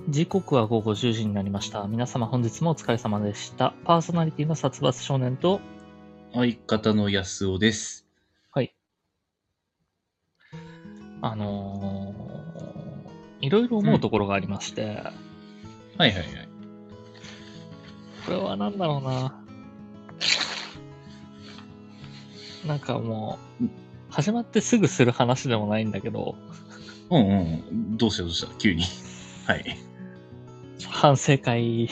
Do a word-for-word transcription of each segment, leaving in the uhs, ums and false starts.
時刻は午後じゅうじになりました。皆様本日もお疲れ様でした。パーソナリティの殺伐少年と、 相方の安尾です。 はい。あのー、いろいろ思うところがありまして、 はいはいはい。 これはなんだろうな。なんかもう、始まってすぐする話でもないんだけど、 うんうん。どうしたどうした急に。はい。 反省会、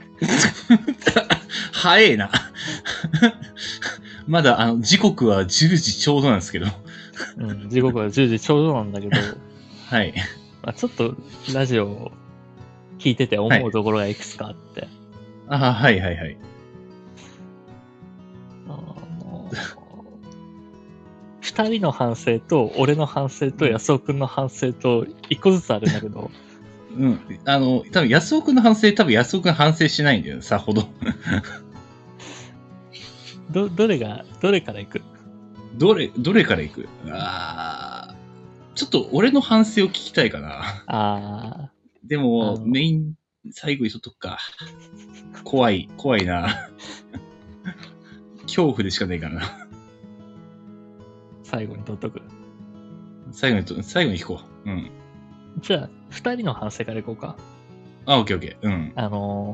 早えな。まだ、あの、時刻はじゅうじちょうどなんですけど。 うん、時刻はじゅうじちょうどなんだけど、 はい。 まあ、ちょっとラジオを聞いてて思うところがいくつかあって、 ああ、はいはいはい。 あの二人の反省と俺の反省と安尾くんの反省と一個ずつあるんだけど、 うん。あの、多分安尾くんの反省、多分安尾くん反省しないんだよ、さほど。 ど、どれが、どれからいく？ どれ、どれからいく？ああ、ちょっと俺の反省を聞きたいかな。 ああでも、 のメイン、最後にしとっとくか。怖い、怖いな。恐怖でしかねえからな。 最後に取っとく。 最後にと、最後に聞こう。うん。 じゃあ、二人の反省からいこうか。 あ、オッケーオッケー。うん。 あの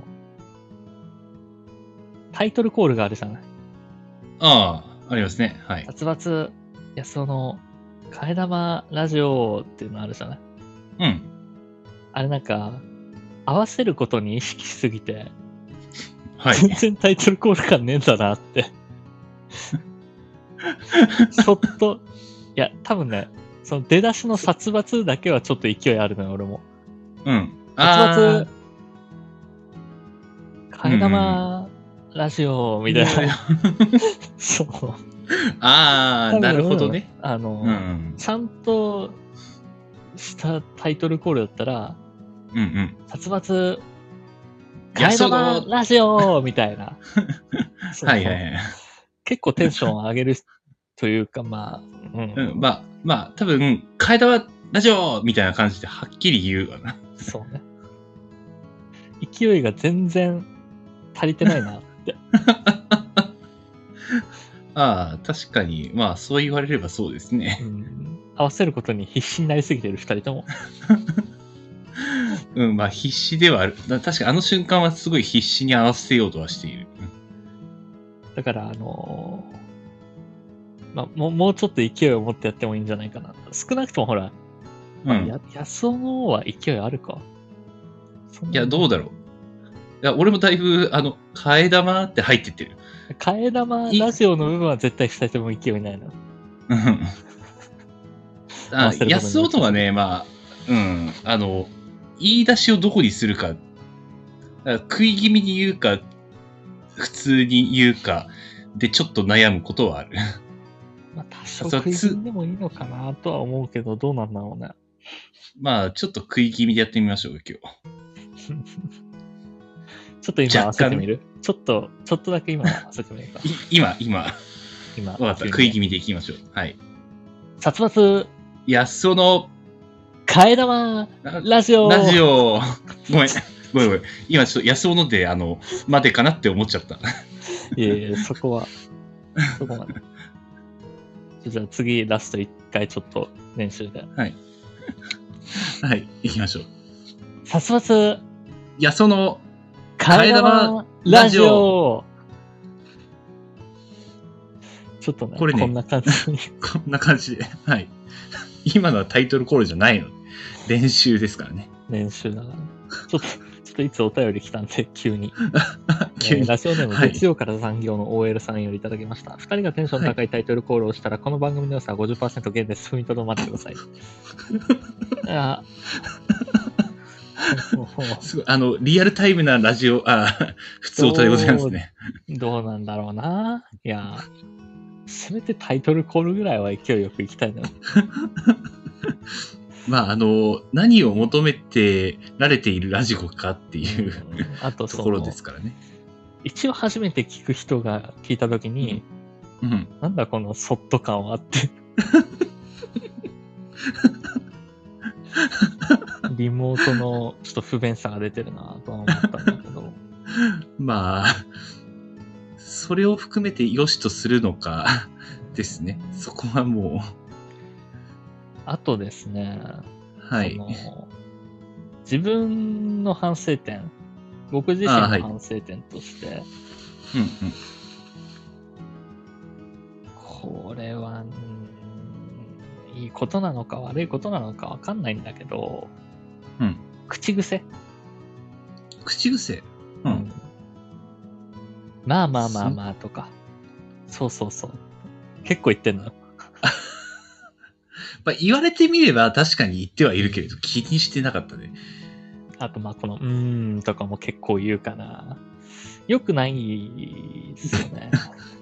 タイトルコールがあるじゃない。 ああ、ありますね。はい。 殺伐安尾の替え玉ラジオっていうのあるじゃない。 うん。 あれなんか、合わせることに意識しすぎて、 はい。 全然タイトルコール感ねえんだなって。ちょっと、いや、多分ね、その出だしの殺伐だけはちょっと勢いあるのよ、俺も。 うん。 殺伐あ替え玉ラジオみたいな。そう。 あ、ああ、なるほどね。 あの、 うん。 ちゃんとしたタイトルコールだったら、 うんうん。 殺伐替え安尾玉の、 ラジオみたいな。そうはいはいはい。 結構テンション上げるというか、まあ、うん。 うん、まあ、まあ、多分、替え玉ラジオみたいな感じではっきり言うわな。 そうね。勢いが全然足りてないなって。 ああ、確かに、まあ、そう言われればそうですね。 うん、合わせることに必死になりすぎてる二人とも。 うん、まあ、必死ではある。だ確かあの瞬間はすごい必死に合わせようとはしている。 だから、あのーまあ、もう、もうちょっと勢いを持ってやってもいいんじゃないかな。少なくともほら、まあ、 うん。 や、安尾のは勢いあるか。そんいや、 なにどうだろう。いや、俺もだいぶ、あの、替え玉って入ってってる。 替え玉いラジオの部分は絶対二人とも勢いないな。 うんあ、 合わせることに安尾とはね、まあ、うん、あの、言い出しをどこにするか、だから食い気味に言うか、普通に言うか、でちょっと悩むことはある。 まあ、多少食い気味でもいいのかなとは思うけど、どうなんだろうね。 まあ、ちょっと食い気味でやってみましょう、今日。 ちょっと今合わせてみ若るちょっと、ちょっとだけ今合わせてみるか。 い今、今、 今。 わかった。食い気味でいきましょう。はい。 殺伐安尾の、 替え玉ラジオラジオ、ごめん、ごめんごめん。今ちょっと安尾ので、あの、待てかなって思っちゃった。 いやいや、そこは、そこまで。じゃあ次、ラスト一回ちょっと練習で。 はい。はい、行きましょう。 殺伐安尾の、 替え玉ラジオちょっとね、 これねこんな感じに。 こんな感じで。はい。今のはタイトルコールじゃないの。練習ですからね。 練習だから。ちょっと、ちょっといつお便り来たんで、急に。 急にえーラジオネーム、 はい月曜から残業の オーエル さんよりいただきました。二人がテンション高いタイトルコールをしたら、この番組の良さは ごじゅっパーセント 減です。踏みとどまってください。あすごい、あの、リアルタイムなラジオ、あ、普通音でございますね。 どうなんだろうな。いや、せめてタイトルコールぐらいは勢いよく行きたいな。 まあ、あの、何を求めてられているラジオかっていう、 あとところですからね。 一応初めて聞く人が聞いたときに、 うんうん、 なんだこのそっと感はって。 リモートのちょっと不便さが出てるなとは思ったんだけど。 まあ、それを含めて良しとするのかですね。そこはもう。 あとですね、 はい。 その自分の反省点、僕自身の反省点として、 うんうん。 これは、うん、いいことなのか悪いことなのかわかんないんだけど、 うん。 口癖。 口癖。うん。 うん、まあまあまあまあとか、そうそうそう。結構言ってんのよ。 まあ、言われてみれば確かに言ってはいるけれど、気にしてなかったね。 あと、まあこの、うーんとかも結構言うかな。よくないですよね。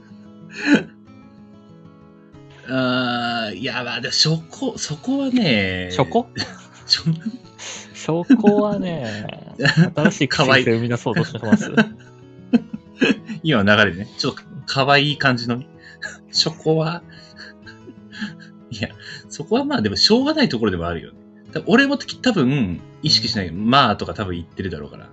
あー、いや、まあ、でも、そこ、そこはね、 証拠ちょ証拠はね、新しい口癖を生み出そうとしてます。 今流れね、ちょっと可愛い感じのね、そこは、いや、そこはまあでもしょうがないところでもあるよね。俺も多分意識しないけど、まあとか多分言ってるだろうから。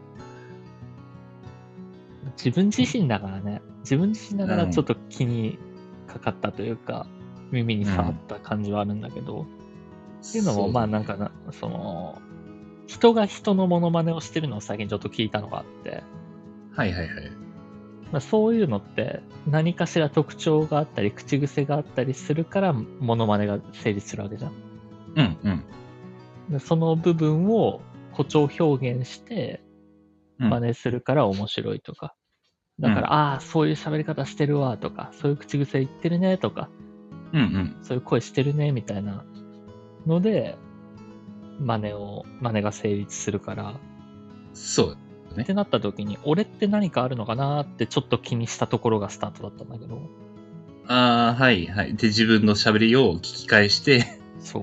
自分自身だからね、自分自身だからちょっと気にかかったというか、うん、耳に触った感じはあるんだけど、うん、っていうのもまあなんかな、その、人が人のモノマネをしてるのを最近ちょっと聞いたのがあって、 はいはいはい。 まあ、そういうのって何かしら特徴があったり口癖があったりするからモノマネが成立するわけじゃん。 うんうん。 でその部分を誇張表現して真似するから面白いとか。だから、うん、ああ、そういう喋り方してるわとか、そういう口癖言ってるねとか、 うんうん、 そういう声してるねみたいなので、真似を、真似が成立するから。 そうだね。 ってなった時に、俺って何かあるのかなってちょっと気にしたところがスタートだったんだけど。 ああ、はいはい。で、自分の喋りを聞き返して。 そう。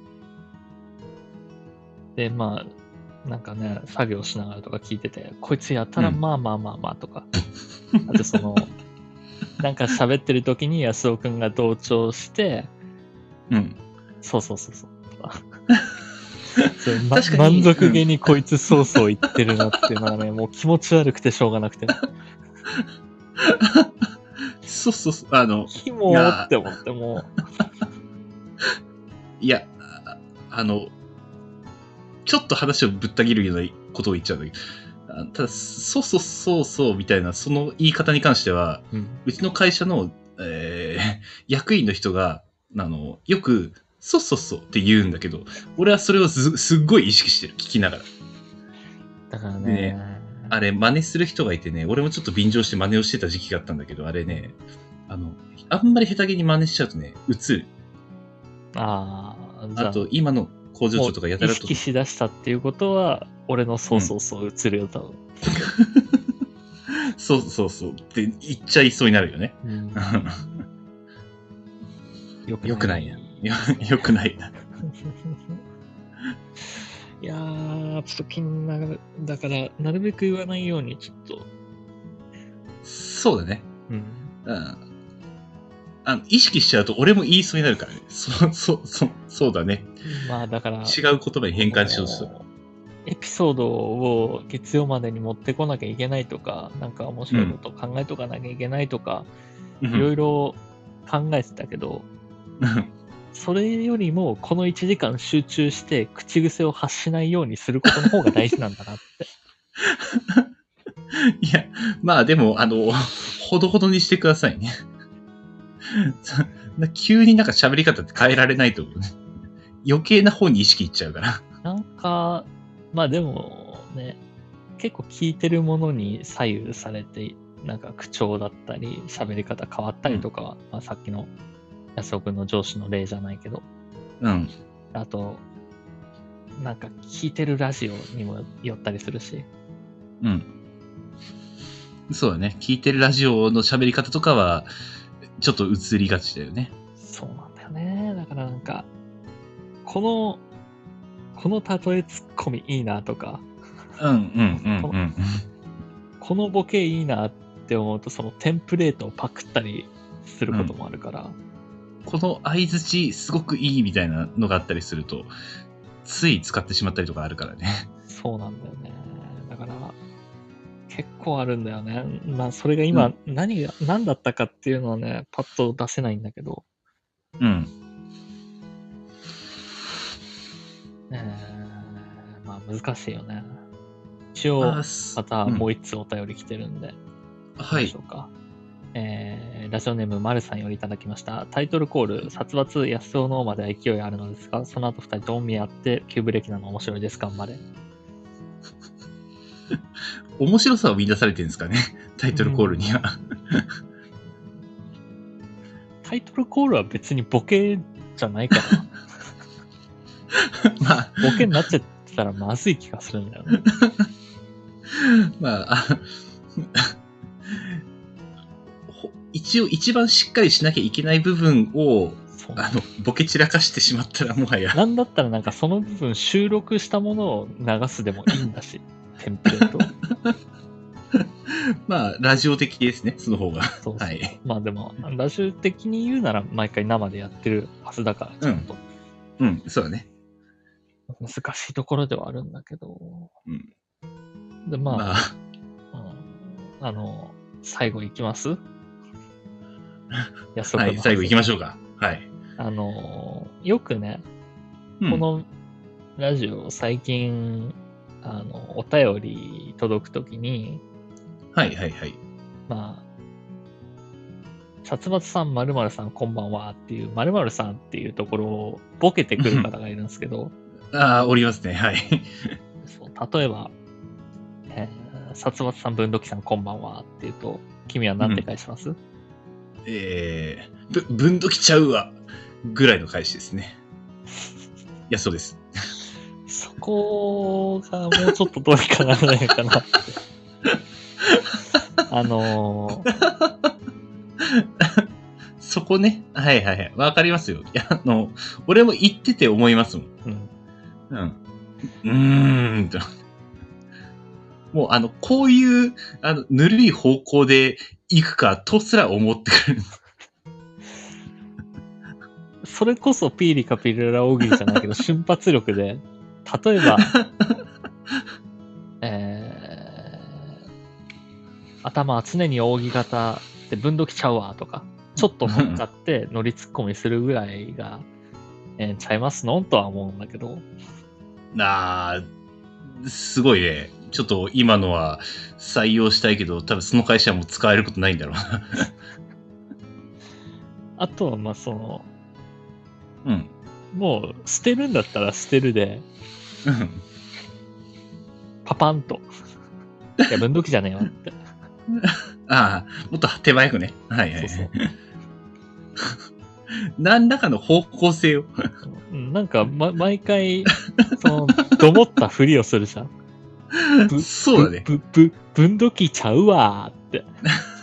で、まあ、なんかね、作業しながらとか聞いてて、こいつやたらまあまあまあまあとか、うん、あとその、なんか喋ってる時に安尾くんが同調して、 うん。 そうそうそうそう。そうま、満足げにこいつそうそう言ってるなっていうのはね、うん、もう気持ち悪くてしょうがなくて、ね。 そうそうそう、あの、 キモーって思ってもう。 いや、あの、ちょっと話をぶった切るようなことを言っちゃうんだけど、ただ、そうそうそうそうみたいな、その言い方に関しては、うん、うちの会社の、えー、役員の人が、あの、よく、そうそうそうって言うんだけど、俺はそれを す, すっごい意識してる、聞きながら。 だからね。 でね、あれ、真似する人がいてね、俺もちょっと便乗して真似をしてた時期があったんだけど、あれね、あの、あんまり下手げに真似しちゃうとね、映る。 ああ、 あと、今の工場長とかやたらと。 意識しだしたっていうことは、俺のそうそうそう映るよ、多分。 そうそうそうって言っちゃいそうになるよね。うん、よくないな。よくないな。 いやー、ちょっと気になる。だから、なるべく言わないように、ちょっと。 そうだね。 うん。 うんあの意識しちゃうと俺も言いそうになるからね。そう、そう、そう、そうだね。 まあだから。 違う言葉に変換しようとする。 エピソードを月曜までに持ってこなきゃいけないとか、なんか面白いこと考えとかなきゃいけないとか、いろいろ考えてたけど、うん、それよりもこのいちじかん集中して口癖を発しないようにすることの方が大事なんだなって。 いや、まあでも、あの、ほどほどにしてくださいね。急になんか喋り方って変えられないと思うね。余計な方に意識いっちゃうから。 なんか、まあでもね、結構聞いてるものに左右されて、なんか口調だったり、喋り方変わったりとかは、うん、まあさっきの安尾くんの上司の例じゃないけど。 うん。 あと、なんか聞いてるラジオにもよったりするし。 うん。そうだね。聞いてるラジオの喋り方とかは、ちょっと映りがちだよね。 そうなんだよね。だからなんか、この、この例えツッコミいいなとか、 うんうんうんうん。 このボケいいなって思うと、そのテンプレートをパクったりすることもあるから。うん、 この相づちすごくいいみたいなのがあったりすると、 つい使ってしまったりとかあるからね。 そうなんだよね。だから、結構あるんだよね。まあ、それが今、うん、何が、何だったかっていうのはね、パッと出せないんだけど。 うん。 えー、まあ、難しいよね。一応、またもう一つお便り来てるんで。 うん、はい。 どうでしょうか。えー、ラジオネーム、まるさんよりいただきました。タイトルコール、殺伐安尾のまでは勢いあるのですが、その後二人とも見合って、急ブレーキなの面白いですかまで。 面白さを見出されてるんですかね、タイトルコールには。 タイトルコールは別にボケじゃないから。まあ、ボケになっちゃったらまずい気がするんだよね。 まあ、あ一応一番しっかりしなきゃいけない部分をあのボケ散らかしてしまったらもはや。 なんだったらなんかその部分収録したものを流すでもいいんだし、テンプレート。 まあ、ラジオ的ですね、その方が。 そうそう、 はい。 まあでも、ラジオ的に言うなら毎回生でやってるはずだから、ちゃんと。 うん、うん、そうだね。 難しいところではあるんだけど。 うん。 で、まあ、まあうん、あの、最後いきますはい、最後行きましょうか。はい。 あの、よくね、うん、このラジオ最近、あの、お便り届くときに、 はいはいはい。 まあ、殺伐さん、〇〇さん、こんばんはっていう、〇〇さんっていうところをボケてくる方がいるんですけど。 ああ、おりますね、はい。 そう例えば、えー、殺伐さん、文土器さん、こんばんはって言うと、君は何て返します？うん、 えー、ぶ、文土器ちゃうわぐらいの返しですね。いや、そうです。 そこがもうちょっとどうにかならないかなって。あのー、 そこね。はいはいはい。わかりますよ。いや、あの、俺も言ってて思いますもん。うん。うん。うーんと。もう、あの、こういう、あの、ぬるい方向で行くかとすら思ってくる。 それこそピーリカピリラ大喜利じゃないけど、瞬発力で、例えば、えー、頭は常に扇形で分度きちゃうわとか、ちょっと乗っかって乗りツッコミするぐらいが、えー、ちゃいますのとは思うんだけど。 あー、すごいね。ちょっと今のは採用したいけど、多分その会社はもう使えることないんだろうな。 あとは、まあその、 うん。 もう捨てるんだったら捨てるで、うん、パパンと。いや、分度器じゃねえよって。 ああ、もっと手早くね。はいはい。そうそう何らかの方向性を。 なんか、ま、毎回、その、どもったふりをするじゃん。 そうだね。 ぶ、ぶ、分度器ちゃうわーって。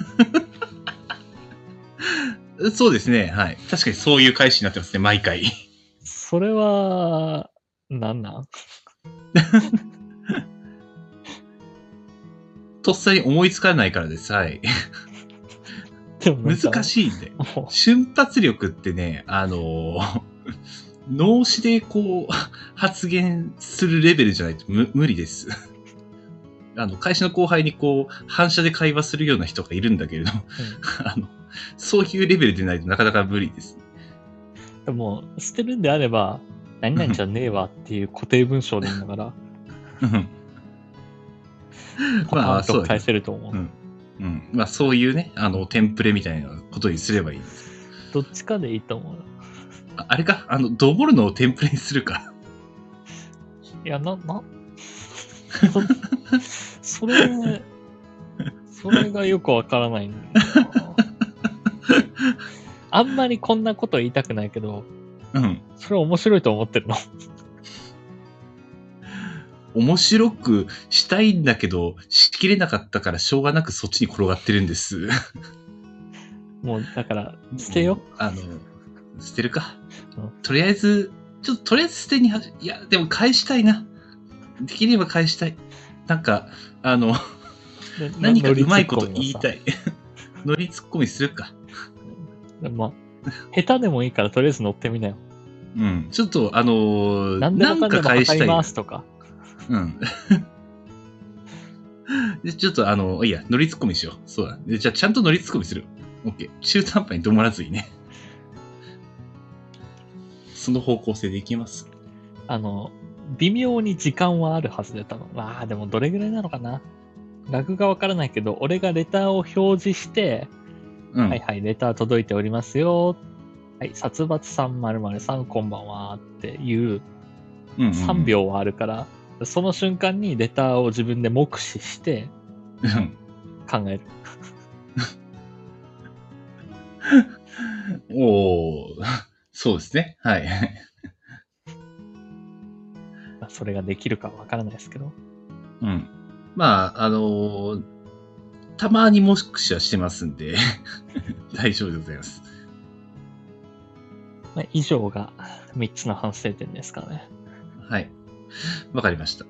そうですね。はい。確かにそういう返しになってますね、毎回。 それは、なんなんとっさに思いつかないからです。はい。でも難しいんで。瞬発力ってね、あのー、脳死でこう、発言するレベルじゃないと無無理です。あの、会社の後輩にこう、反射で会話するような人がいるんだけれど、うん、あの、そういうレベルでないとなかなか無理です。 でも、捨てるんであれば、何々じゃねえわっていう固定文章でいいんだから、パパンと返せると思う。 まあ、うん。うん。まあ、そういうね、あの、テンプレみたいなことにすればいいです。 どっちかでいいと思う。 あ, あれかあの、ドボるのをテンプレにするか。 いや、な、な、それ、それがよくわからないんだよな。あんまりこんなこと言いたくないけど、 うん。 それ面白いと思ってるの。 面白くしたいんだけど、しきれなかったからしょうがなくそっちに転がってるんです。 もう、だから、捨てよ。 あの、捨てるか。うん、とりあえず、ちょっととりあえず捨てにはじ、いや、でも返したいな。できれば返したい。なんか、あの、何かうまいこと言いたい。乗りツッコミするか。 まあ、下手でもいいからとりあえず乗ってみなよ。 うん。ちょっと、あのー、 何でもかんでも測りますとか。 うん。でちょっと、あの、いや、乗りツッコミしよう。そうだ。でじゃあ、ちゃんと乗りツッコミする。OK。中途半端に止まらずにね。その方向性でいきます。 あの、微妙に時間はあるはずで多分。まあ、でもどれぐらいなのかな。ラグがわからないけど、俺がレターを表示して、うん、はいはい、レター届いておりますよ。はい、殺伐さんまるまるさんこんばんはっていうさんびょうはあるから、うんうん、その瞬間にレターを自分で目視して考える。 おー、そうですね。はい。 それができるかわからないですけど。 うん。まあ、あのー、たまに目視はしてますんで、大丈夫でございます。 まあ、以上がみっつの反省点ですかね。 はい。わかりました。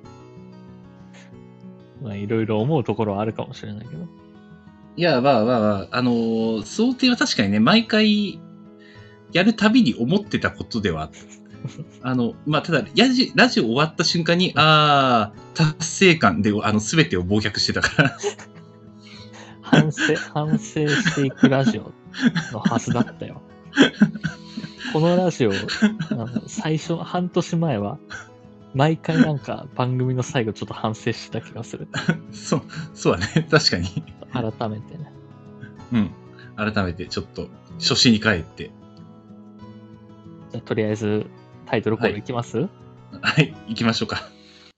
まあ、いろいろ思うところはあるかもしれないけど。 いや、まあまあまあ、あのー、想定は確かにね、毎回やるたびに思ってたことではあった。あの、まあ、ただ、ラジラジオ終わった瞬間に、ああ、達成感で、あの、すべてを忘却してたから。 反省、反省していくラジオのはずだったよ。このラジオ、あの最初、半年前は、毎回なんか番組の最後ちょっと反省してた気がする。 そう、そうだね。確かに。 改めてね。 うん。改めてちょっと、初心に帰って。 じゃあ、とりあえず、タイトルコールいきます？ はい、はい、行きましょうか。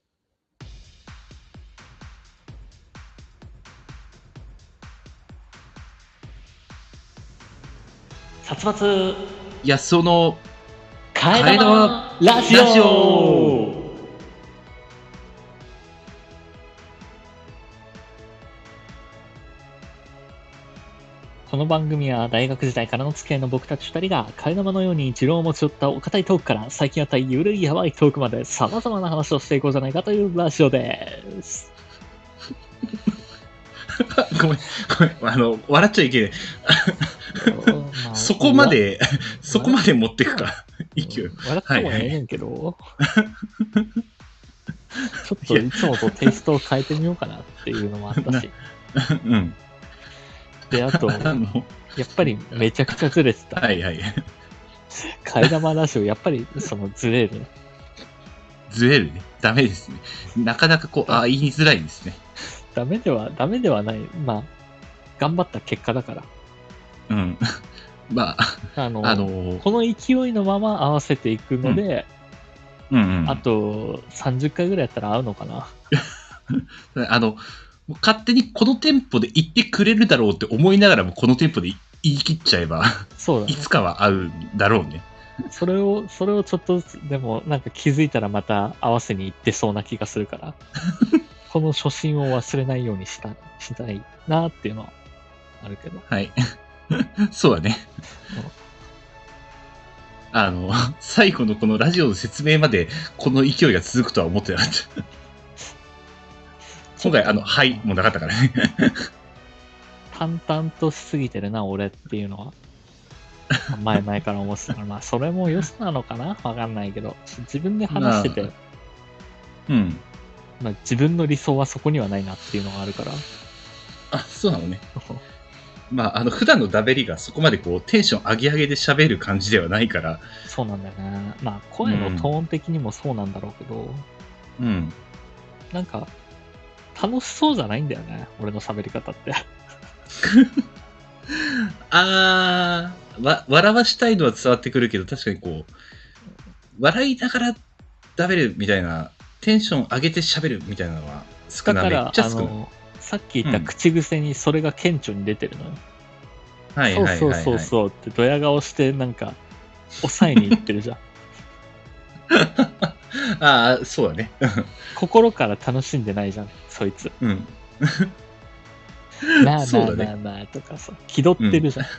殺伐安尾の替え玉ラジオ。ラジオこの番組は大学時代からの付き合いの僕たちふたりが替え玉のように持論を持ち寄ったお堅いトークから最近あったゆるいやばいトークまで様々な話をしていこうじゃないかというラジオです。 ごめん、ごめん、あの、笑っちゃいけない。まあ、そこまで、そこまで持っていくか。 勢い。笑ってもええねんけど、はいはい、ちょっといつもとテイストを変えてみようかなっていうのもあったし。うん。で、あと、あやっぱりめちゃくちゃずれてた。 はいはい。 替え玉ラジオ、やっぱりそのずれる。 ずれるね。ダメですね。なかなかこう、あ、言いづらいですね。 ダメでは、ダメではない。まあ、頑張った結果だから。 うん。まあ、 あの、あのー、この勢いのまま合わせていくので、うん、うんうん、あとさんじゅっかいぐらいやったら合うのかな。 あの、勝手にこのテンポで言ってくれるだろうって思いながらもこのテンポで言い切っちゃえば、そうだね、いつかは合うんだろうね。 それを、それをちょっとずつ、でもなんか気づいたらまた合わせに行ってそうな気がするから、この初心を忘れないようにした、したいなっていうのはあるけど。 はい。そうだね。あの、最後のこのラジオの説明までこの勢いが続くとは思ってなかった。今回、あの、はいもなかったからね。 淡々としすぎてるな、俺っていうのは。前々から思ってたから、まあ、それも良さなのかなわかんないけど、自分で話してて、まあ、うん。まあ、自分の理想はそこにはないなっていうのがあるから。 あ、そうなのね。まあ、あの、普段のダベリがそこまでこう、テンション上げ上げで喋る感じではないから。 そうなんだよね。まあ、声のトーン的にもそうなんだろうけど、うん。なんか、楽しそうじゃないんだよね、俺の喋り方って。 あー、わ、笑わしたいのは伝わってくるけど、確かにこう、笑いながら食べるみたいな、テンション上げて喋るみたいなのは少なめ。だから、あの、 さっき言った口癖にそれが顕著に出てるのよ。うん、はいはいはい、はい。そうそうそうそうってドヤ顔してなんか、抑えにいってるじゃん。 ああ、そうだね。 心から楽しんでないじゃん、そいつ。うん。まあまあまあまあとかさ、気取ってるじゃん。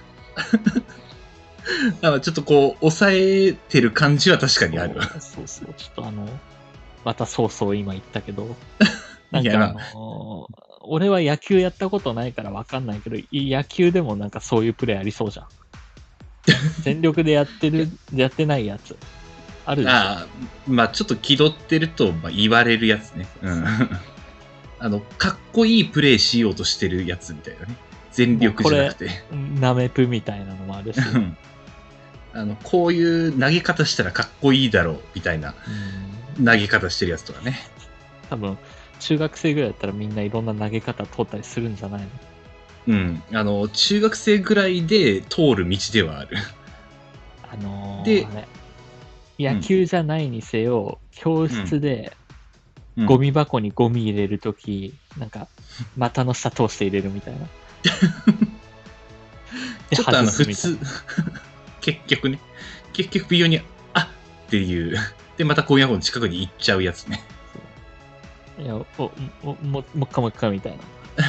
うん、あちょっとこう、抑えてる感じは確かにある。 そうそうそう、ちょっとあの、またそうそう今言ったけど、なんかあの、俺は野球やったことないから分かんないけど、野球でもなんかそういうプレーありそうじゃん。全力でやってる、やってないやつ。 あるでしょ。 ああ、まあちょっと気取ってると、まあ、言われるやつね。うん。あの、かっこいいプレイしようとしてるやつみたいなね。全力じゃなくて。 ナメプみたいなのもあるし。 あの、こういう投げ方したらかっこいいだろうみたいな投げ方してるやつとかね。 多分、中学生ぐらいだったらみんないろんな投げ方通ったりするんじゃないの？ うん。あの、中学生ぐらいで通る道ではある。 あのー、 で、 ね、野球じゃないにせよ、うん、教室でゴミ箱にゴミ入れるとき、うん、なんか、股の下通して入れるみたいな。 ちょっとあの、普通、結局ね、結局微妙に、あっっていう、で、またゴミ箱の近くに行っちゃうやつね。 いや、お、お、も、もう一回もう一回みたいな。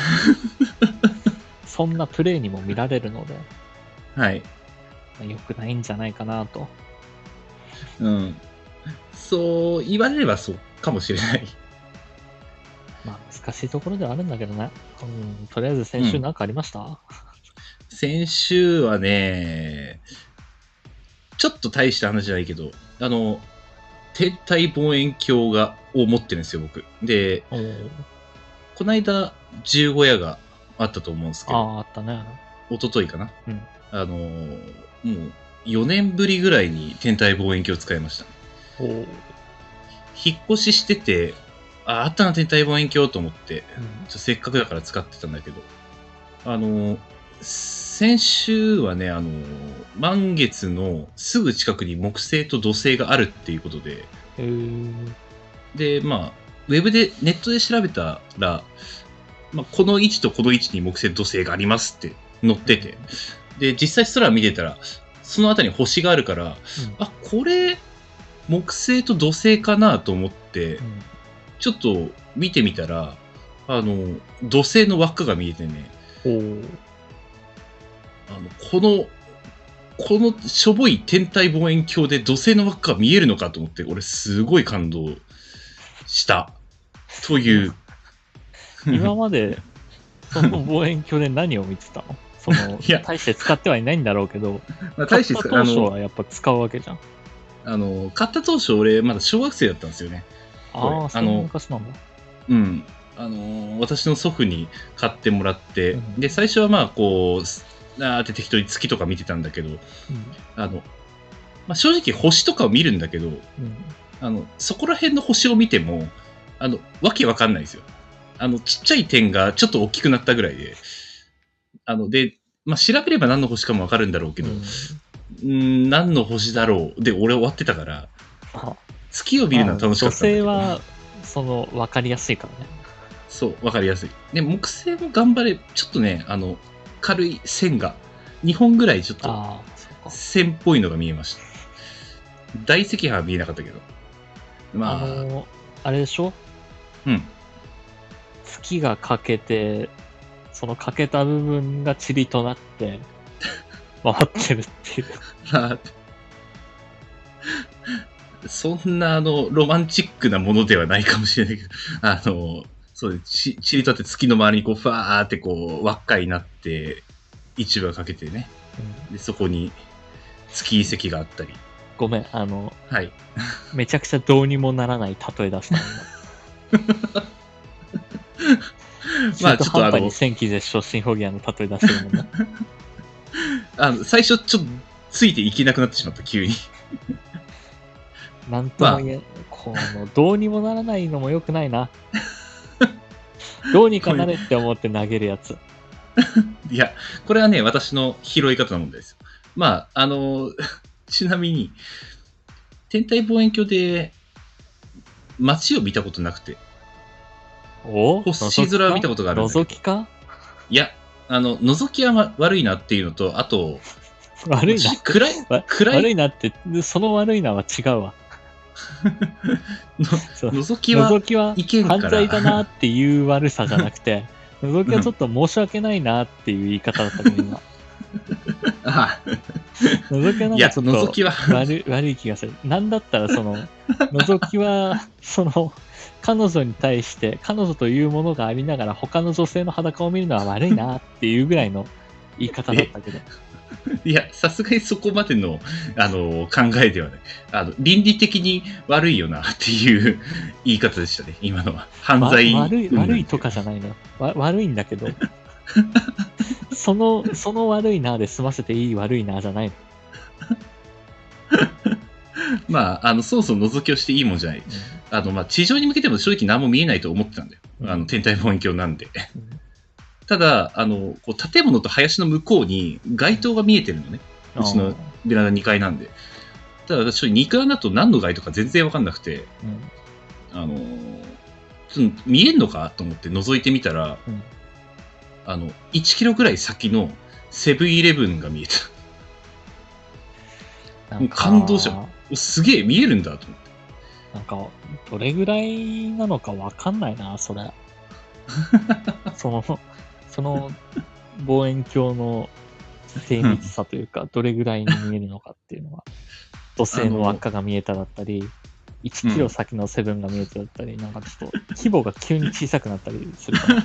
そんなプレイにも見られるので、 はい。 良くないんじゃないかなと。 うん。そう言われればそうかもしれない。 まあ難しいところではあるんだけどね。うん、とりあえず先週何かありました？うん、 先週はね、ちょっと大した話じゃないけど、あの、天体望遠鏡がを持ってるんですよ、僕。で、この間、十五夜があったと思うんですけど、 ああ、あったね。 一昨日かな。 うん、 あの、もうよねんぶりぐらいに天体望遠鏡を使いました。 お引っ越ししてて、あ、あったな天体望遠鏡と思って、うん、ちょっとせっかくだから使ってたんだけど、あの、先週はね、あの、満月のすぐ近くに木星と土星があるっていうことで、 へーで、まあ、ウェブで、ネットで調べたら、まあ、この位置とこの位置に木星と土星がありますって載ってて、で、実際空見てたら、そのあたりに星があるから、うん、あ、これ、木星と土星かなと思って、うん、ちょっと見てみたら、あの、土星の輪っかが見えてね、あの、この、このしょぼい天体望遠鏡で土星の輪っかが見えるのかと思って、俺すごい感動した。という。 今まで、その望遠鏡で何を見てたの？その、いや大して使ってはいないんだろうけど、まあ、大して買った当初はやっぱ使うわけじゃん。 あの、買った当初俺まだ小学生だったんですよね。 ああ、そんな昔なんだ。 うん。あの、私の祖父に買ってもらって、うん、で、最初はまあこう、あーって適当に月とか見てたんだけど、うん、あの、まあ、正直星とかを見るんだけど、うん、あの、そこら辺の星を見ても、あの、わけわかんないですよ。あの、ちっちゃい点がちょっと大きくなったぐらいで、あの、で、まあ、調べれば何の星かもわかるんだろうけど、うん、ん何の星だろうで、俺終わってたから、月を見るのは楽しかったんだけど。 女性は、その、わかりやすいからね。 そう、わかりやすい。で、木星も頑張れ、ちょっとね、あの、軽い線が、にほんぐらいちょっと、線っぽいのが見えました。大赤斑は見えなかったけど。まあ、あのー、 あれでしょ？ うん。 月が欠けて、その欠けた部分が塵となって、回ってるっていう。 そんな、あの、ロマンチックなものではないかもしれないけど、あの、そう、ち、塵とって月の周りにこう、ふわーってこう、輪っかになって、市場かけてね、うん、で、そこに月遺跡があったり。 ごめん、あの、 はい。 めちゃくちゃどうにもならない例え出したの。まあちょっとあの、戦記絶唱シンフォギアの例え出してるもんね。 あの、最初ちょっとついていけなくなってしまった、急に。 なんとも言え、まあ、この、どうにもならないのも良くないな。どうにかなれって思って投げるやつ。 いや、これはね、私の拾い方の問題ですよ。まあ、あの、ちなみに、天体望遠鏡で街を見たことなくて。 お星空を見たことがあるんだけど。 覗きか？ いや、あの、覗きは、ま、悪いなっていうのと、あと、 悪いな。 暗い、暗い。 悪いなって、その悪いなは違うわ。 覗きは、 覗きは犯罪だなっていう悪さじゃなくて、覗きはちょっと申し訳ないなっていう言い方だったけど、今。 ああ覗きはなんかちょっと悪い、悪い気がする。なんだったら、その、覗きは、その、彼女に対して、彼女というものがありながら、他の女性の裸を見るのは悪いなっていうぐらいの言い方だったけど。 いや、さすがにそこまでの、あの、考えではない。あの、倫理的に悪いよなっていう言い方でしたね、今のは。犯罪。 悪い、悪いとかじゃないの。わ悪いんだけど。その、その悪いなで済ませていい悪いなじゃないの。 まあ、あの、そもそも覗きをしていいもんじゃない。うん、あの、まあ、地上に向けても正直何も見えないと思ってたんだよ。うん、あの、天体望遠鏡なんで。うん、ただ、あの、こう建物と林の向こうに街灯が見えてるのね。うちのベランダにかいなんで。ただ、私、にかいだと何の街灯か全然わかんなくて、うん、あの、ちょっと見えんのかと思って覗いてみたら、うん、あの、いちキロぐらい先のセブンイレブンが見えた。もう感動した。すげえ見えるんだと思って。 なんか、どれぐらいなのかわかんないな、それ。その、その望遠鏡の精密さというか、どれぐらいに見えるのかっていうのは、土星の輪っかが見えただったり、いちキロ先のセブンが見えただったり、うん、なんかちょっと規模が急に小さくなったりするから。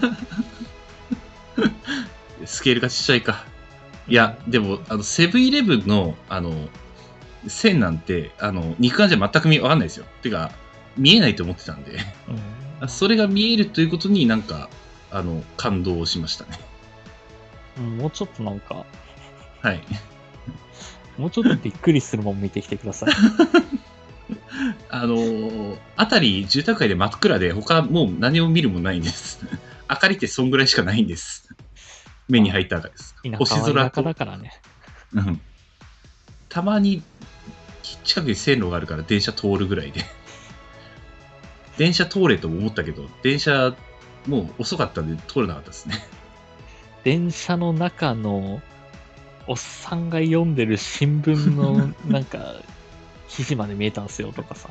スケールがちっちゃいか。いや、でも、あの、セブンイレブンの、あの、線なんて、あの、肉眼じゃ全く見わかんないですよ。てか、見えないと思ってたんで、うん、それが見えるということになんか、あの、感動しましたね。 もうちょっとなんか、 はい。 もうちょっとびっくりするもん見てきてください。 あの、あたり住宅街で真っ暗で、他もう何も見るもないんです。明かりってそんぐらいしかないんです。目に入った赤です。 星空と。田舎だからね。 うん。たまに近くに線路があるから電車通るぐらいで。電車通れと思ったけど、電車もう遅かったんで通れなかったですね。 電車の中のおっさんが読んでる新聞のなんか記事まで見えたんですよとかさ。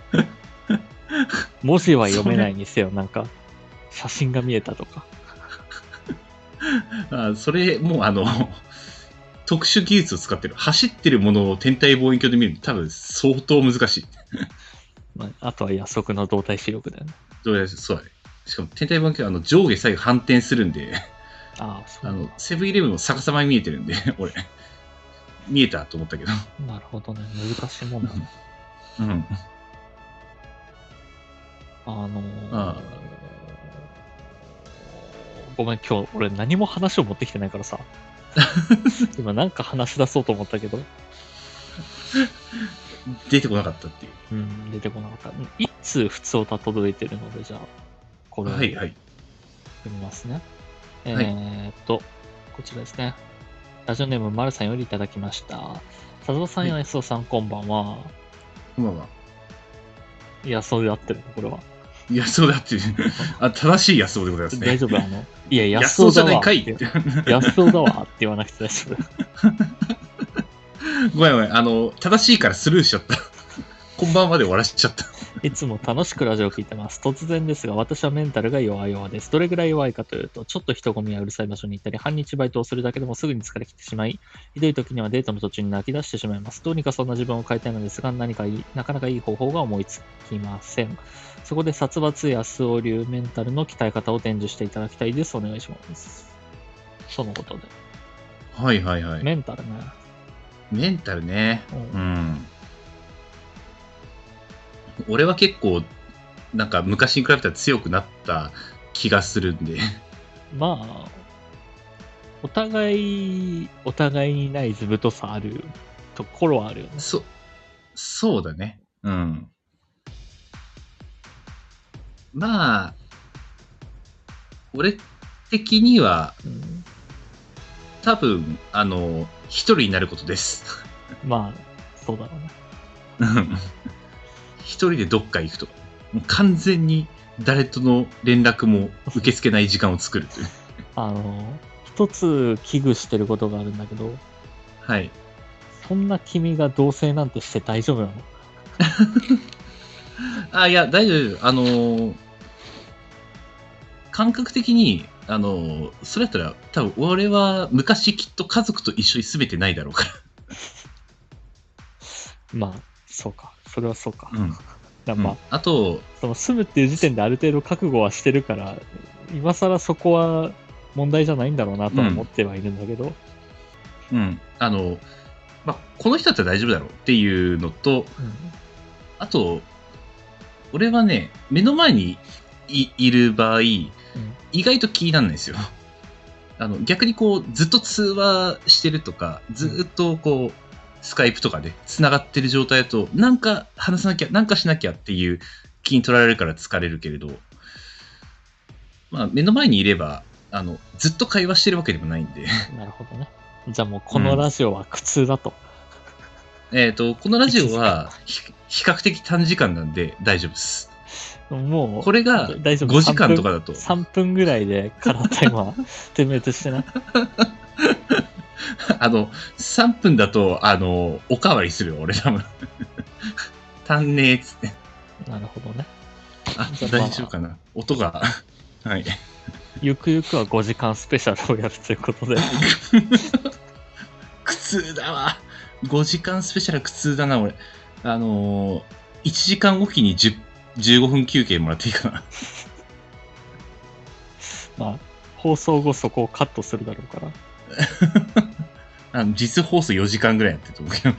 文字は読めないにせよ、なんか写真が見えたとか。 あそれもうあの特殊技術を使ってる。走ってるものを天体望遠鏡で見ると多分相当難しい。 まあ、あとは夜測の動体視力だよね。 そうだね。しかも天体望遠鏡はあの上下左右反転するんで、 ああ、そう。 あのセブンイレブンの逆さまに見えてるんで、俺、見えたと思ったけど。 なるほどね。難しいもんだね。 うん。 あのー、 ああごめん、今日俺何も話を持ってきてないからさ。今なんか話し出そうと思ったけど。 出てこなかったっていう。 うん、出てこなかった。一通普通歌届いてるので、じゃあ、これをはいはい。 読みますね。 はい、 えーっと、こちらですね。ラジオネームまるさんよりいただきました。佐藤さんや エスオー さん、こんばんは。 こんばんは。 いや、そうで合ってるのこれは。 いや、そうだっていう。あ、正しい安尾でございますね。 大丈夫、あの、いや、安尾だわ。 安尾じゃないかいって。 安尾だわって言わなくて大丈夫。 ごめんごめん。あの、正しいからスルーしちゃった。こんばんまで終わらしちゃった。 いつも楽しくラジオを聞いてます。突然ですが、私はメンタルが弱々です。どれぐらい弱いかというと、ちょっと人混みやうるさい場所に行ったり、半日バイトをするだけでもすぐに疲れ切ってしまい、ひどい時にはデートの途中に泣き出してしまいます。どうにかそんな自分を変えたいのですが、何かいい、なかなかいい方法が思いつきません。そこで殺伐安尾流メンタルの鍛え方を伝授していただきたいです。お願いします。そのことで。 はいはいはい。 メンタルね。 メンタルね。 うん。うん俺は結構、なんか昔に比べたら強くなった気がするんで。 まあ、お互い、お互いにない図太さあるところはあるよね。 そ、そうだね。うん。まあ、俺的には、うん、多分、あの、一人になることです。 まあ、そうだろうね。 一人でどっか行くと。もう完全に誰との連絡も受け付けない時間を作るという。 あの、一つ危惧してることがあるんだけど。 はい。 そんな君が同棲なんてして大丈夫なの？ あ、いや、大丈夫。あのー、感覚的に、あのー、それやったら、多分俺は昔きっと家族と一緒に住めてないだろうから。 まあ、そうか。それはそうか。 うん。 だまあ、うん、 あと、 その住むっていう時点である程度覚悟はしてるから、今更そこは問題じゃないんだろうなとは思ってはいるんだけど。 うん。うん、あの、まあ、この人だったら大丈夫だろうっていうのと、うん、あと、俺はね、目の前に い, いる場合、うん、意外と気にならないですよ。あの逆にこうずっと通話してるとか、ずっとこうスカイプとかで繋がってる状態だと、なんか話さなきゃ、なんかしなきゃっていう気に取られるから疲れるけれど、まあ目の前にいればあのずっと会話してるわけでもないんで。 なるほどね。じゃあもうこのラジオは苦痛だと。 うん、えっとこのラジオは比較的短時間なんで大丈夫です。 もうこれがごじかんとかだとさんぷんぐらいでカラータイマー点滅してな。 あのさんぷんだとあのおかわりするよ俺多分。足んねえっつって。 なるほどね。 あ、大丈夫かな。音がはい。 ゆくゆくはごじかんスペシャルをやるということで。 苦痛だわ。ごじかんスペシャル苦痛だな俺。あのー、いちじかんおきにじゅっじゅうごふん休憩もらっていいかな。 まあ、放送後そこをカットするだろうから。 あの実放送よじかんぐらいやってると思うけど。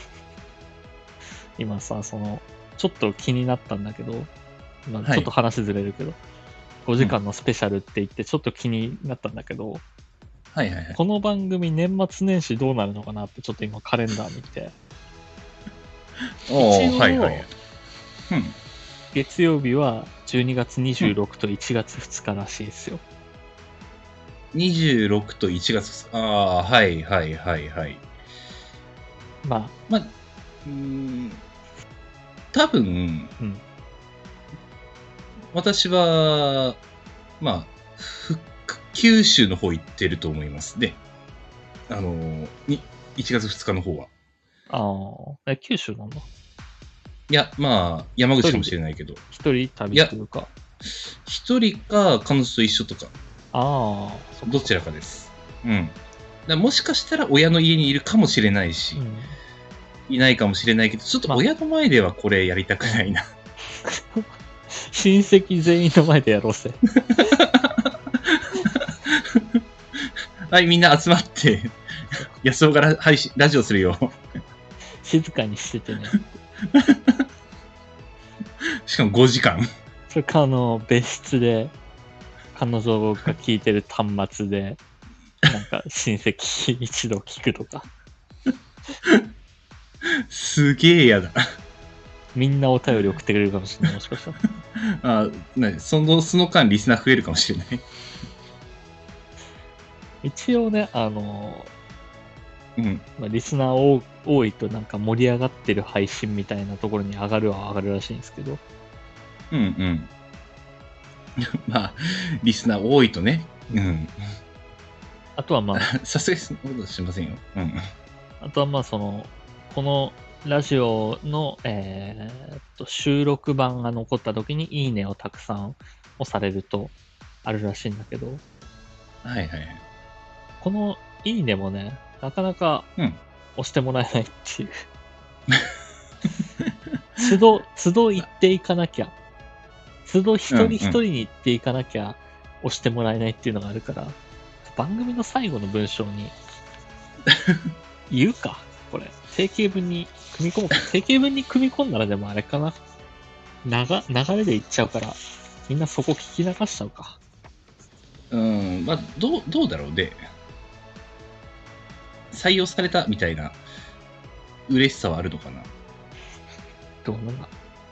今さ、その、ちょっと気になったんだけど、まあ、ちょっと話ずれるけど、はい、ごじかんのスペシャルって言ってちょっと気になったんだけど、うん、 はいはいはい、 この番組年末年始どうなるのかなってちょっと今カレンダー見て。 おー、はいはい。 うん。月曜日はじゅうにがつにじゅうろくといちがつふつからしいですよ。 にじゅうろくといちがつふつか。ああ、はいはいはいはい。 まあ。 まあ、うーん、多分、うん、私は、まあ、九州の方行ってると思いますね。あのー、いちがつふつかの方は。 ああ、え、九州なんだ。 いや、まあ、山口かもしれないけど。 一人旅というか。 一人か、彼女と一緒とか。 ああ、どちらかです。うん。だもしかしたら親の家にいるかもしれないし、うん、いないかもしれないけど、ちょっと親の前ではこれやりたくないな。 まあ、親戚全員の前でやろうぜ。 はい、みんな集まって、安尾から配信、ラジオするよ。 静かにしててね。 しかもごじかん。 それか、あの、別室で、彼女が聞いてる端末で、なんか親戚一度聞くとか。 すげえやだ。 みんなお便り送ってくれるかもしれない、もしかしたら。 ああ、その、その間リスナー増えるかもしれない。 一応ね、あの、 うんまあ、リスナー多多いとなんか盛り上がってる配信みたいなところに上がるは上がるらしいんですけど。 うんうん。まあ、リスナー多いとね。うん。 あとはまあ、 さすがにそんなことしませんよ。うん。 あとはまあ、その、このラジオの、えー、っと収録版が残った時にいいねをたくさん押されるとあるらしいんだけど。 はいはいはい。 このいいねもね、なかなか押してもらえないっていう。都度、都度言っていかなきゃ。都度一人一人に言っていかなきゃ押してもらえないっていうのがあるから、うんうん、番組の最後の文章に言うかこれ定型文に組み込むか定型文に組み込んだらでもあれかな流流れでいっちゃうからみんなそこ聞き流しちゃうか。 うんまあどうどうだろうね。採用されたみたいな嬉しさはあるのかな。 どうなんだ。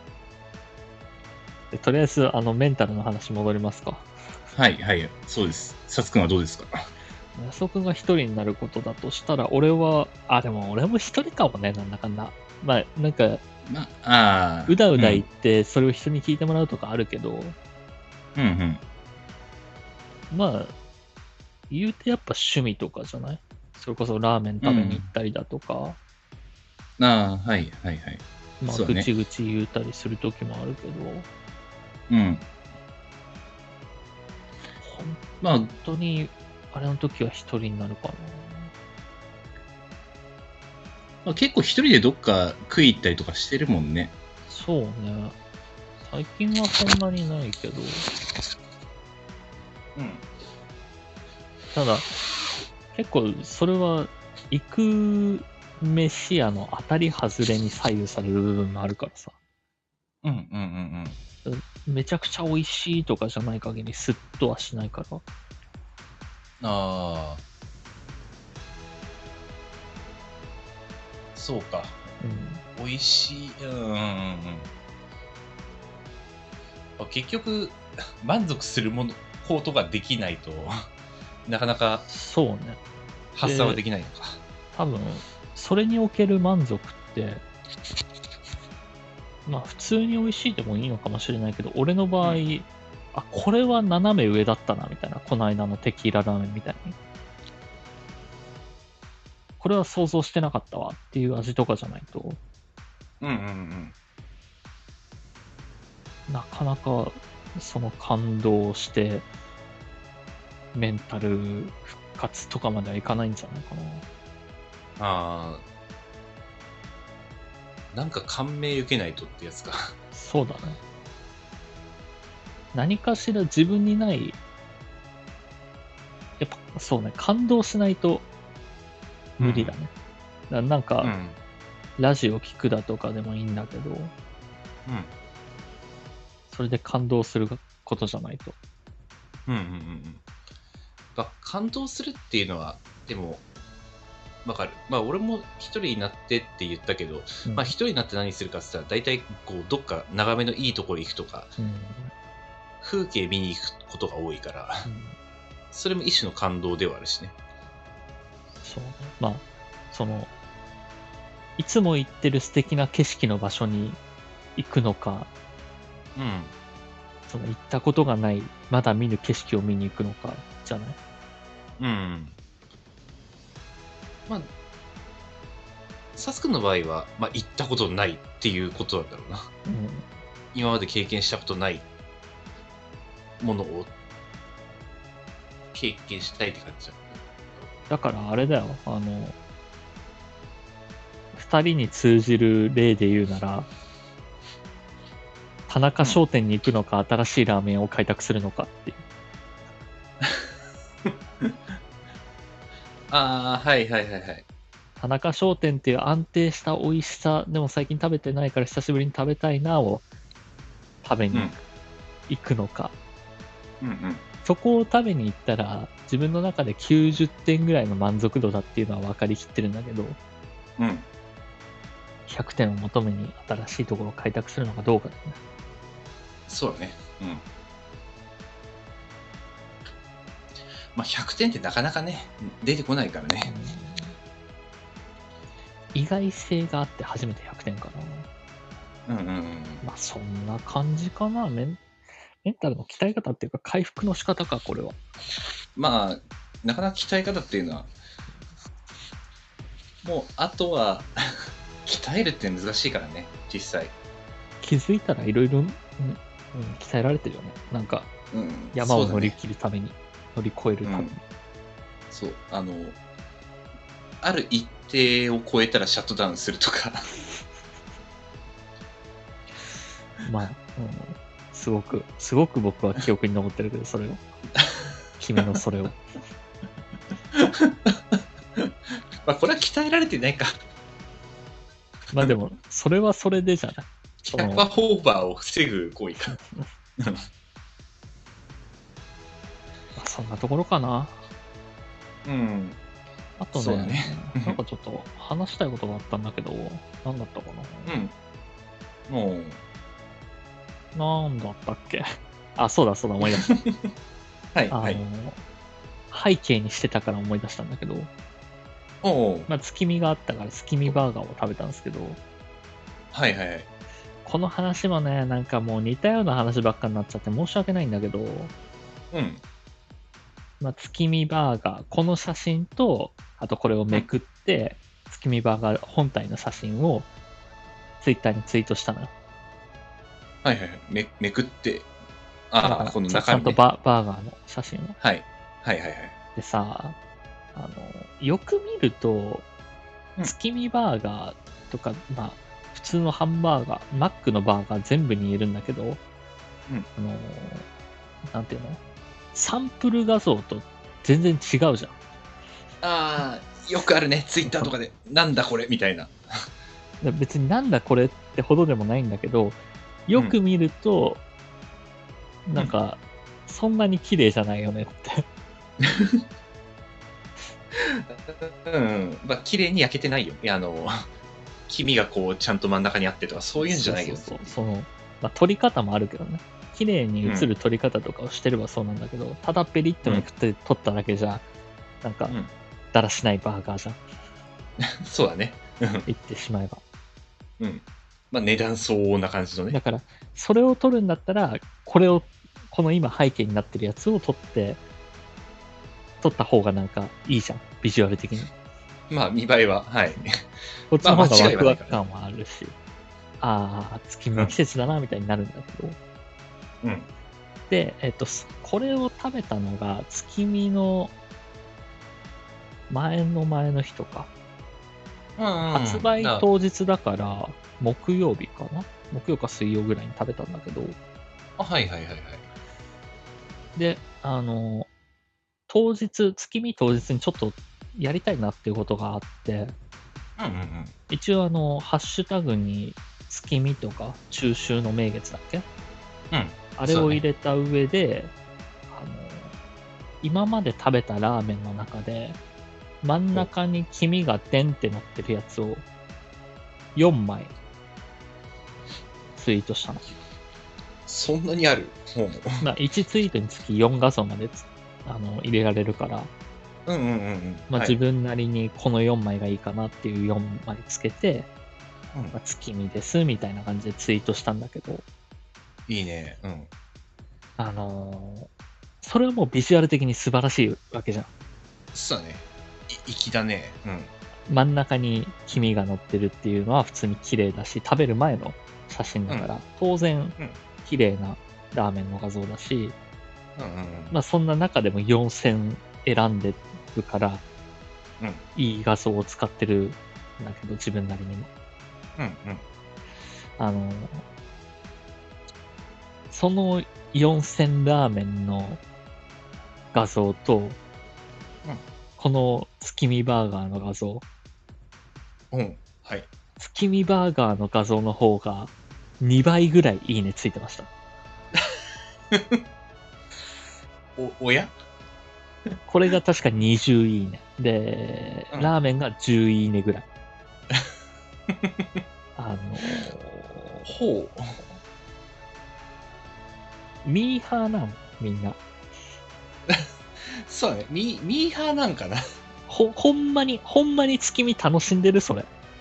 とりあえずあのメンタルの話戻りますか。 はいはいそうです。さつくんはどうですか。 やそくんが一人になることだとしたら俺はあでも俺も一人かもねなんだかんだ。まあなんか、 まあ、 うだうだ言ってそれを人に聞いてもらうとかあるけど、 うんうん、 まあ言うてやっぱ趣味とかじゃない。それこそラーメン食べに行ったりだとか、 うん、ああはいはいはい。 まあ、ね、ぐちぐち言うたりする時もあるけど、 うん。 本当にあれの時は一人になるかな。 まあ、結構一人でどっか食い行ったりとかしてるもんね。 そうね。最近はそんなにないけど。 うん。 ただ、結構それは行く飯屋の当たり外れに左右される部分もあるからさ。 うんうんうんうん。めちゃくちゃ美味しいとかじゃない限りスッとはしないから。 ああ。そうか。うん。美味しい。うんうんうんうん。結局、満足するもの、ことができないと、なかなかそうね。 発散はできないのか。 多分、それにおける満足って、まあ普通に美味しいでもいいのかもしれないけど、俺の場合、うん、あ、これは斜め上だったな、みたいな。この間のテキーララーメンみたいに。これは想像してなかったわっていう味とかじゃないと。 うんうんうん。 なかなか、その感動して、メンタル復活とかまではいかないんじゃないかな。 ああ。なんか感銘受けないとってやつか。 そうだね。何かしら自分にない、やっぱそうね、感動しないと無理だね。うん、だなんか、うん、ラジオ聞くだとかでもいいんだけど、うん、それで感動することじゃないと。 うんうんうんうん。ま、感動するっていうのは、でも、わかる。まあ俺も一人になってって言ったけど、うん、まあ一人になって何するかって言ったら、大体こうどっか眺めのいいところ行くとか、うん、風景見に行くことが多いから、うん、それも一種の感動ではあるしね。 そうね。まあ、その、いつも行ってる素敵な景色の場所に行くのか、うん。その行ったことがない、まだ見ぬ景色を見に行くのか、じゃない？ うん。まあ、サス君の場合は、まあ、行ったことないっていうことなんだろうな。うん、今まで経験したことないものを経験したいって感じだ。 だからあれだよ、あの、二人に通じる例で言うなら、田中商店に行くのか、うん、新しいラーメンを開拓するのかっていう。 ああ、はいはいはいはい。 田中商店っていう安定した美味しさ、でも最近食べてないから久しぶりに食べたいなを食べに行くのか。うんうん、そこを食べに行ったら、自分の中できゅうじゅってんぐらいの満足度だっていうのは分かりきってるんだけど、うん、ひゃくてんを求めに新しいところを開拓するのかどうかだね。 そうだね。うん。まあ、ひゃくてんってなかなかね、出てこないからね。 意外性があって初めてひゃくてんかな。うんうんうん。 まあ、そんな感じかな。メン、メンタルの鍛え方っていうか、回復の仕方か、これは。 まあ、なかなか鍛え方っていうのは、もう、あとは、鍛えるって難しいからね、実際。 気づいたらいろいろ鍛えられてるよね。なんか、うん、山を乗り切るために、ね、乗り越えるために、うん。 そう、あの、ある一定を超えたらシャットダウンするとか。 まあ、うん、すごく、すごく僕は記憶に残ってるけど、それを。君のそれを。 まあ、これは鍛えられてないか。 まあでも、それはそれでじゃない。 キャパオーバーを防ぐ行為か。 まあ、そんなところかな。 うん。 あとね、ねなんかちょっと話したいことがあったんだけど、なんだったかな。 うん。もう。なんだったっけ。あ、そうだそうだ、思い出した。はい、あの、はい。背景にしてたから思い出したんだけど、 おまあ、月見があったから月見バーガーを食べたんですけど、 はいはいはい。 この話もね、なんかもう似たような話ばっかになっちゃって申し訳ないんだけど、うん。まあ、月見バーガー、この写真と、あとこれをめくって、うん、月見バーガー本体の写真をツイッターにツイートしたのよ。 はいはいはい。め、めくって、ああ、この中身、ね、 ちゃんとババーガーの写真を。 はい。はいはいはい。 でさ、あの、よく見ると、月見バーガーとか、うん、まあ、普通のハンバーガー、マックのバーガー全部に言えるんだけど、うん、あの、なんていうのサンプル画像と全然違うじゃん。 ああ、よくあるね、ツイッターとかで、なんだこれみたいな。 別になんだこれってほどでもないんだけど、よく見ると、うん、なんか、そんなに綺麗じゃないよねって。 うん、まあ綺麗に焼けてないよ。いや、あの、黄身がこう、ちゃんと真ん中にあってとか、そういうんじゃないよ。 そうそうそう、その、まあ、撮り方もあるけどね。綺麗に映る撮り方とかをしてればそうなんだけど、うん、ただペリッとめくって撮っただけじゃ、なんか、うん、だらしないバーガーじゃん。 そうだね。 言ってしまえば。 うん。まあ値段相応な感じのね。 だから、それを撮るんだったら、これを、この今背景になってるやつを撮って、撮った方がなんかいいじゃん。ビジュアル的に。 まあ見栄えは、はい。 こっちの方がワクワク感はあるし、ああ、月見の季節だな、みたいになるんだけど。 うん。 で、えっと、これを食べたのが、月見の前の前の日とか。 うんうん、 発売当日だから、木曜日かな木曜か水曜ぐらいに食べたんだけど。 あ、はいはいはいはい。 で、あの、当日、月見当日にちょっとやりたいなっていうことがあって、 うんうんうん、 一応あの、ハッシュタグに月見とか中秋の名月だっけ、 うん、 あれを入れた上で、ね、あの、今まで食べたラーメンの中で、真ん中に黄身がデンって乗ってるやつをよんまいツイートしたの。 そんなにある？ まあいちツイートにつきよん画像まであの入れられるから、 うんうんうんうん、 まあ、自分なりにこのよんまいがいいかなっていうよんまいつけて、 うん、 まあ、月見ですみたいな感じでツイートしたんだけど、 いいね。うん。 あのー、それはもうビジュアル的に素晴らしいわけじゃん。 そうだね。粋だね。うん。 真ん中に黄身が乗ってるっていうのは普通に綺麗だし、食べる前の写真だから、うん、当然綺麗なラーメンの画像だし、 うんうんうん、 まあそんな中でもよん選選んでるから、うん、いい画像を使ってるんだけど、自分なりにも。 うんうん、 あの、そのよん選ラーメンの画像と、うん、この月見バーガーの画像。 うん、はい。 月見バーガーの画像の方がにばいぐらいいいねついてました。 お、おやこれが確かにじゅういいね。で、うん、ラーメンがじゅういいねぐらい。あのー、 ほう。ミーハーなの、みんな。 そうね、ミミーハーなんかな。 ほ、ほんまに、ほんまに月見楽しんでるそれ。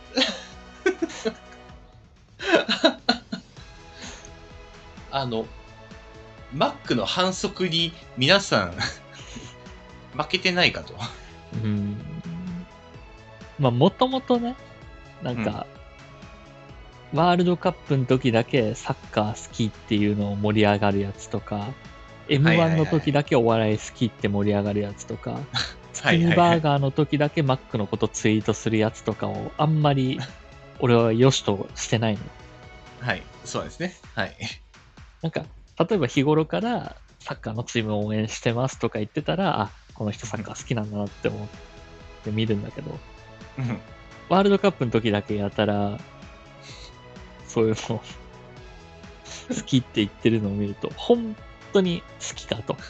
あの、マックの反則に皆さん負けてないかと。 うーん。まあ、もともとね、なんか、うん、ワールドカップの時だけサッカー好きっていうのを盛り上がるやつとか、エムワン の時だけお笑い好きって盛り上がるやつとか、月見バーガーの時だけマックのことツイートするやつとかをあんまり俺は良しとしてないの。 はい、そうですね。はい。 なんか、例えば日頃からサッカーのチームを応援してますとか言ってたら、あ、この人サッカー好きなんだなって思って見るんだけど、 うん、 ワールドカップの時だけやたら、そういうの好きって言ってるのを見ると、本当に好きかと。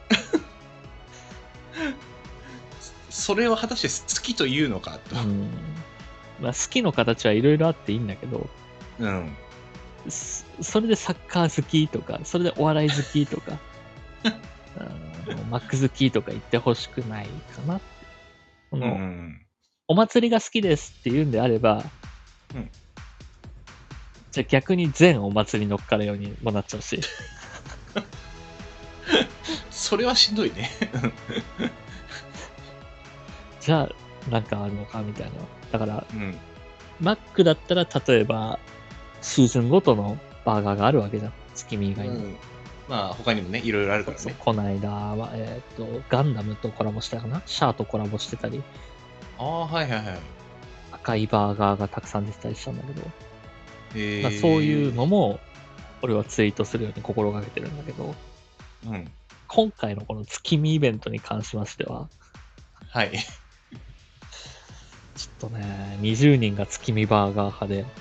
それを果たして好きというのかと。 うん、まあ、好きの形はいろいろあっていいんだけど、 うん、 それでサッカー好きとか、それでお笑い好きとか、マック好きとか言ってほしくないかなって。この、うん、お祭りが好きですって言うんであれば、うん、じゃあ逆に全お祭り乗っかるようにもなっちゃうし。 それはしんどいね。 じゃあ、なんかあるのかみたいな。だから、うん、マックだったら例えば、シーズンごとのバーガーがあるわけじゃん。月見以外に。うん、 まあ、他にもね、いろいろあるからね。そうそう、 この間は、えっ、ー、と、ガンダムとコラボしたかな、シャアとコラボしてたり。 ああ、はいはいはい。 赤いバーガーがたくさん出てたりしたんだけど。 へまあ、そういうのも、俺はツイートするように心がけてるんだけど。 うん。 今回のこの月見イベントに関しましては、 はい。 ちょっとね、にじゅうにんが月見バーガー派で、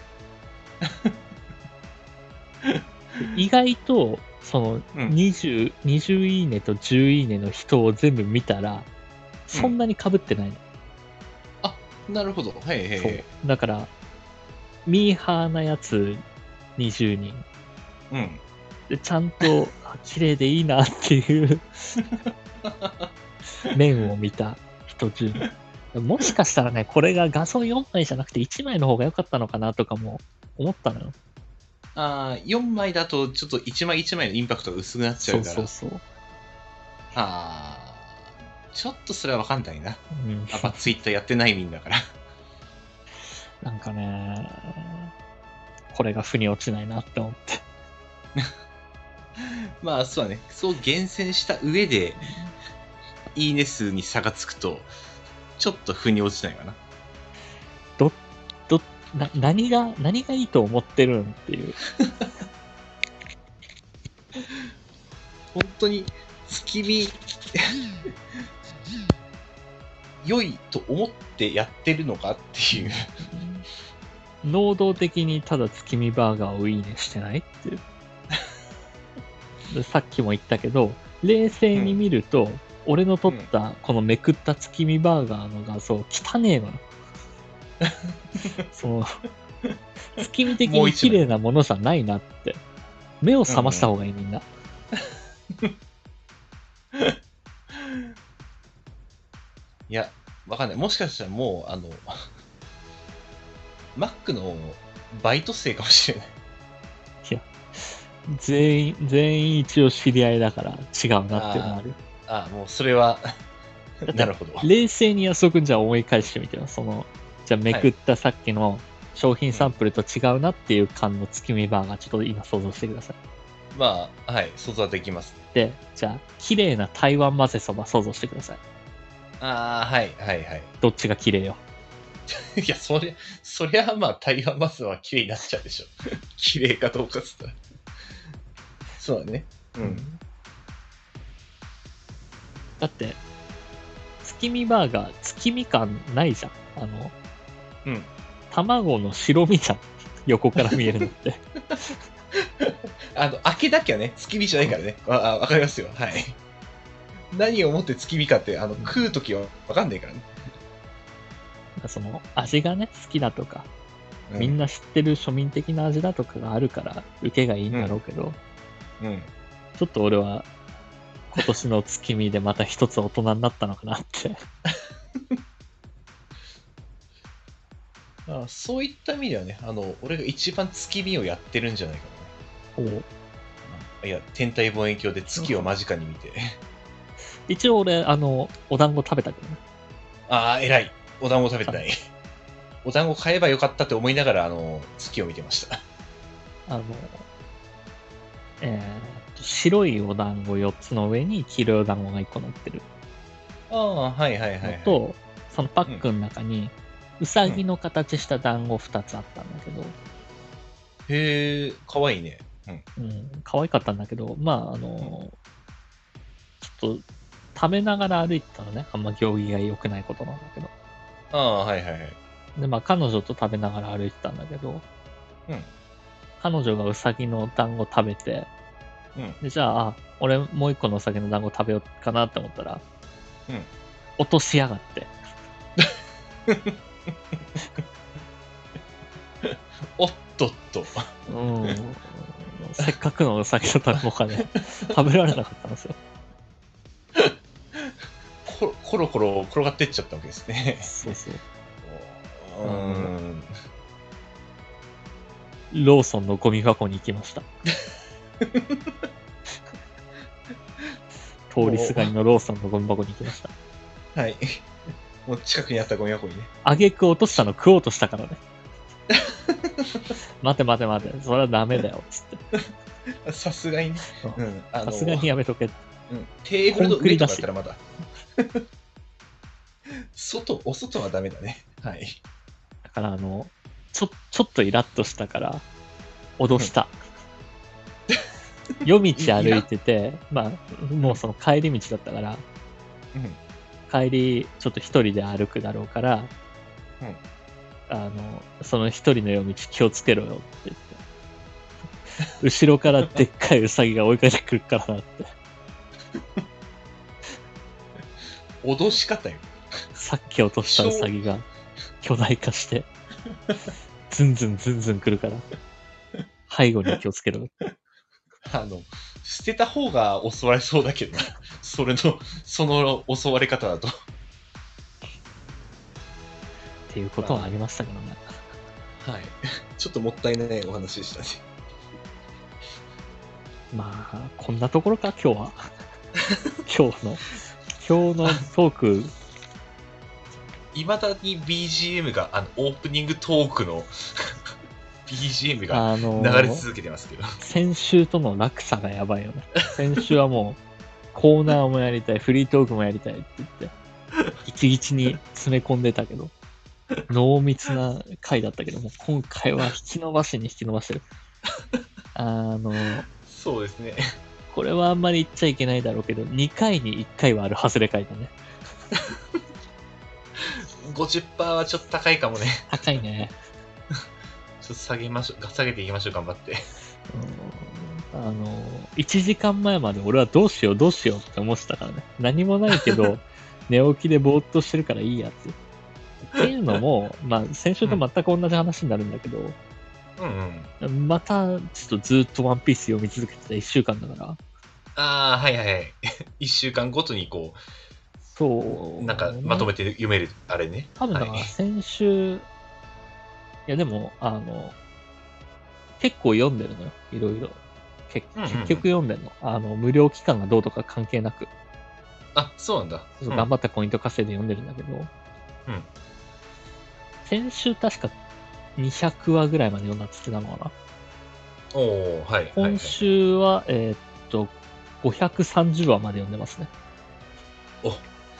意外と、そのにじゅう、にじゅういいねとじゅういいねの人を全部見たら、そんなに被ってないの。 あ、なるほど。はいはいはい。 そう。だから、ミーハーなやつにじゅうにん。 うん。 で、ちゃんと、あ綺麗でいいなっていう面を見た人じゅうにん。もしかしたらね、これが画像よんまいじゃなくていちまいの方が良かったのかなとかも思ったのよ。 ああ、よんまいだとちょっといちまいいちまいのインパクトが薄くなっちゃうから。 そうそうそう。 ああ、ちょっとそれは分かんないな。 うん、 あ、まあ、ツイッターやってないみんだから。 なんかね、これが腑に落ちないなって思って。 まあ、そうだね。そう厳選した上で、いいね数に差がつくと、ちょっと腑に落ちないかな。 ど、ど、な、何が、何がいいと思ってるんっていう。 本当に、月見、良いと思ってやってるのかっていう。 能動的にただ月見バーガーをいいねしてないっていう。でさっきも言ったけど、冷静に見ると、うん、俺の撮ったこのめくった月見バーガーの画像、汚ねえのよ。その、月見的に綺麗なものじゃないなって。目を覚ました方がいい、みんな。 いや、わかんない。もしかしたらもう、あの、マックのバイト生かもしれない。 いや、全員、全員一応知り合いだから違うなっていうのがある。 ああ、もうそれは、なるほど。 冷静に安尾くんじゃあ思い返してみてよ。その、じゃあめくったさっきの商品サンプルと違うなっていう感の月見バーガー、ちょっと今想像してください。 まあ、はい、想像できます。 で、じゃあ、綺麗な台湾混ぜそば想像してください。 ああ、はい、はい、はい。 どっちが綺麗よ。 いや、そりゃ、そりゃまあ台湾混ぜそばは綺麗になっちゃうでしょ。綺麗かどうかっつったら。そうだね。うん。 だって、月見バーガー、月見感ないじゃん。あの、 うん。 卵の白身じゃん。横から見えるのって。 あの、開けなきゃね、月見じゃないからね。あ、あわかりますよ。はい。何をもって月見かって、あの、食うときはわかんないからね。 その、味がね、好きだとか、うん、みんな知ってる庶民的な味だとかがあるから、受けがいいんだろうけど、 うん。うん、 ちょっと俺は、今年の月見でまた一つ大人になったのかなってああ。そういった意味ではね、あの、俺が一番月見をやってるんじゃないかな。おいや、天体望遠鏡で月を間近に見て。 一応俺、あの、お団子食べたけどね。 ああ、偉い。お団子食べてない。お団子買えばよかったって思いながら、あの、月を見てました。 あの、えー、と白いお団子よっつの上に黄色いお団子がいっこ乗ってる。 ああ、はいはいはい、はい。 と、そのパックの中に、うさぎの形した団子ふたつあったんだけど。うん、 へえ、かわいいね。 うん。うん、かわいかったんだけど、まあ、あの、うん、ちょっと、食べながら歩いてたのね。あんま行儀が良くないことなんだけど。 ああ、はいはいはい。 で、まあ、彼女と食べながら歩いてたんだけど、 うん。 彼女がうさぎの団子食べて、うん、でじゃあ、あ、俺もう一個のうさぎの団子食べようかなって思ったら、うん、落としやがって。 おっとっと。 うん。せっかくのうさぎの団子がね、食べられなかったんですよ。 ココロコロ転がってっちゃったわけですね。 そうそう。 うーん。 ローソンのゴミ箱に行きました。通りすがりのローソンのゴミ箱に行きました。 はい。もう近くにあったゴミ箱にね。 あげく落としたの食おうとしたからね。待て待て待て、それはダメだよ、つって。さすがにね。 さすがにやめとけ。 うん、テーブルの上とかだったらまだ。外、お外はダメだね。はい。 だからあの、ちょ、ちょっとイラッとしたから、脅した。 夜道歩いてて、まあ、もうその帰り道だったから、 うん。 帰り、ちょっと一人で歩くだろうから、 うん。 あの、その一人の夜道気をつけろよって言って。後ろからでっかいウサギが追いかけてくるからなって。 脅し方よ。 さっき落としたウサギが巨大化して、ズンズンズンズン来るから、背後に気をつけろよ。 あの、捨てた方が襲われそうだけどな。それの、その襲われ方だと。 っていうことはありましたけどね。 はい。ちょっともったいないお話でしたね。 まあ、こんなところか、今日は。今日の、今日のトーク。 いまだに ビージーエム が、あの、オープニングトークのビージーエム が流れ続けてますけど。あのー、 先週との落差がやばいよね。先週はもう、コーナーもやりたい、フリートークもやりたいって言って、ギチギチに詰め込んでたけど、濃密な回だったけども、今回は引き伸ばしに引き伸ばしてる。あの、 そうですね。 これはあんまり言っちゃいけないだろうけど、にかいにいっかいはある外れ回だね。 ごじゅっパーセント はちょっと高いかもね。 高いね。 ちょっと下げましょう、下げていきましょう、頑張って。 うん、あの、いちじかんまえまで俺はどうしようどうしようって思ってたからね。何もないけど、寝起きでぼーっとしてるからいいやって。っていうのも、まあ、先週と全く同じ話になるんだけど、 うんうん、 また、ちょっとずっとワンピース読み続けてたいっしゅうかんだから。 ああ、はいはいはい。いっしゅうかんごとにこう、 そう、 なんかまとめて読める、あれね。 多分だから先週、はい、いやでも、あの、結構読んでるのよ、いろいろ。結局読んでるの。あの、無料期間がどうとか関係なく。 あ、そうなんだ。 そう頑張ったポイント稼いで読んでるんだけど、 うん。 先週確かにひゃくわぐらいまで読んだって言ってたのかな。 おー、はい。 今週は、はいはい、えー、っと、ごひゃくさんじゅうわまで読んでますね。 お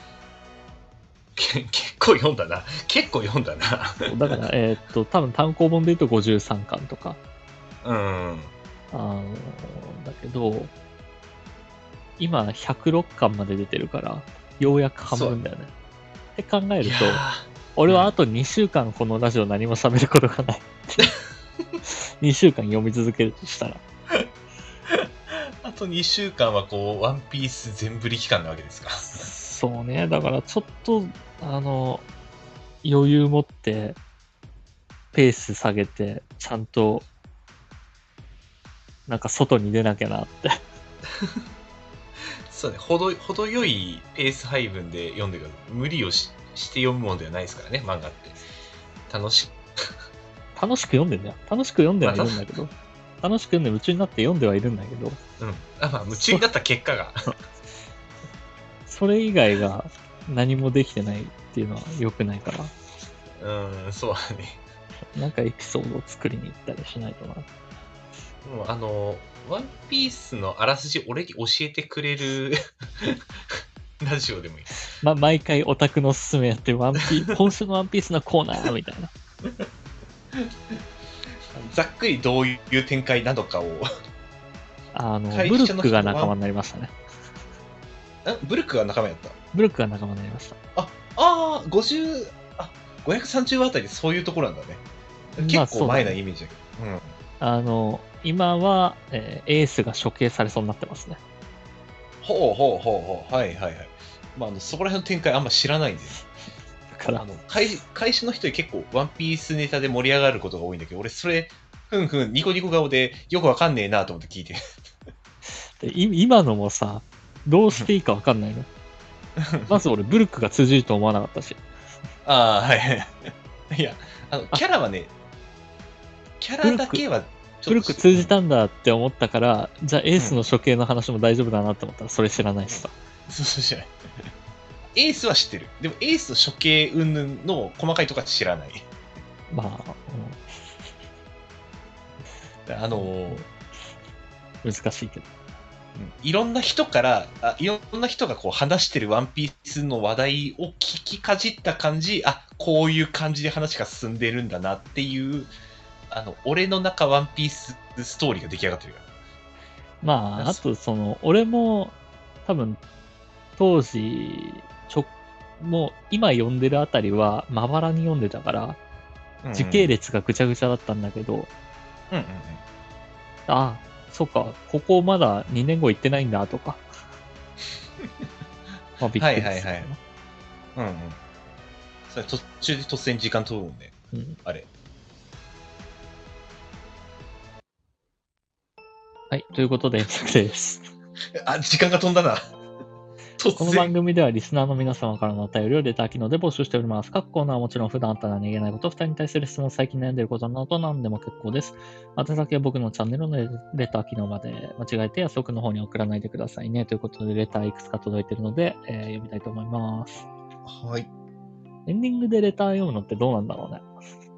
結構読んだな。結構読んだな。 だから、えー、っと、多分単行本で言うとごじゅうさんかんとか。 うん。 あの、だけど、今ひゃくろっかんまで出てるから、ようやく半分だよね。って考えると、俺はあとにしゅうかんこのラジオ何も喋ることがない。にしゅうかん読み続けるとしたら。 あとにしゅうかんはこう、ワンピース全振り期間なわけですか。 そうね。だからちょっと、あの、余裕持って、ペース下げて、ちゃんと、なんか外に出なきゃなって。 そうね。ほど、ほど良いペース配分で読んでくる。無理を し, して読むものではないですからね、漫画って。楽しく。 楽しく読んでんだよ。楽しく読んではいるんだけど。楽しく読んで夢中になって読んではいるんだけど。 うん。あ、まあ、夢中になった結果が。 それ以外が何もできてないっていうのは良くないから。 うん、そうだね。 なんかエピソードを作りに行ったりしないとな。 もうあの、ワンピースのあらすじ俺に教えてくれるラジオでもいい。 ま、毎回オタクのおすすめやってるワンピース、今週のワンピースのコーナーみたいな。 ざっくりどういう展開なのかを。 あの、ブルックが仲間になりましたね。 えブルックが仲間やった？ ブルックが仲間になりました。 あ、ああ、ごじゅう、あ、ごひゃくさんじゅうわあたりでそういうところなんだね。結構前なイメージだけど。まあ、うん。 あの、今は、えー、エースが処刑されそうになってますね。 ほうほうほうほう。はいはいはい。まあ、あのそこら辺の展開あんま知らないんで。 だから、 あの会会社の人で結構ワンピースネタで盛り上がることが多いんだけど、俺それ、ふんふん、ニコニコ顔でよくわかんねえなと思って聞いて。 で今のもさ、どうしていいかわかんないの。まず俺、ブルックが通じると思わなかったし。 ああ、はい。いや、あの、キャラはね、キャラだけはちょっと。 ブルック通じたんだって思ったから、じゃあエースの処刑の話も大丈夫だなって思ったら、それ知らないしさ。 そうそう知らない。エースは知ってる。でもエースの処刑云々の細かいとこは知らない。 まあ、 うん、あのー、 難しいけど。 いろんな人からあ、いろんな人がこう話してるワンピースの話題を聞きかじった感じ、あ、こういう感じで話が進んでるんだなっていう、あの、俺の中ワンピースストーリーが出来上がってるかまあ、あと、その、俺も、多分、当時、ちょ、もう、今読んでるあたりは、まばらに読んでたから、時系列がぐちゃぐちゃだったんだけど、うんうんうん、あ、そっか、ここまだにねんご行ってないんだとか。まあびっくりです。はいはいはい。 うんうん。それ途中で突然時間飛ぶもんね。うん、あれ。 はい、ということで、エンディングです。 あ、時間が飛んだな。 この番組ではリスナーの皆様からのお便りをレター機能で募集しております。各コーナーはもちろん普段あったら言えないこと、ふたりに対する質問、最近悩んでいることなど何でも結構です。宛先は僕のチャンネルのレター機能まで間違えて安岡の方に送らないでくださいね。ということで、レターいくつか届いているので、えー、読みたいと思います。 はい。 エンディングでレター読むのってどうなんだろうね。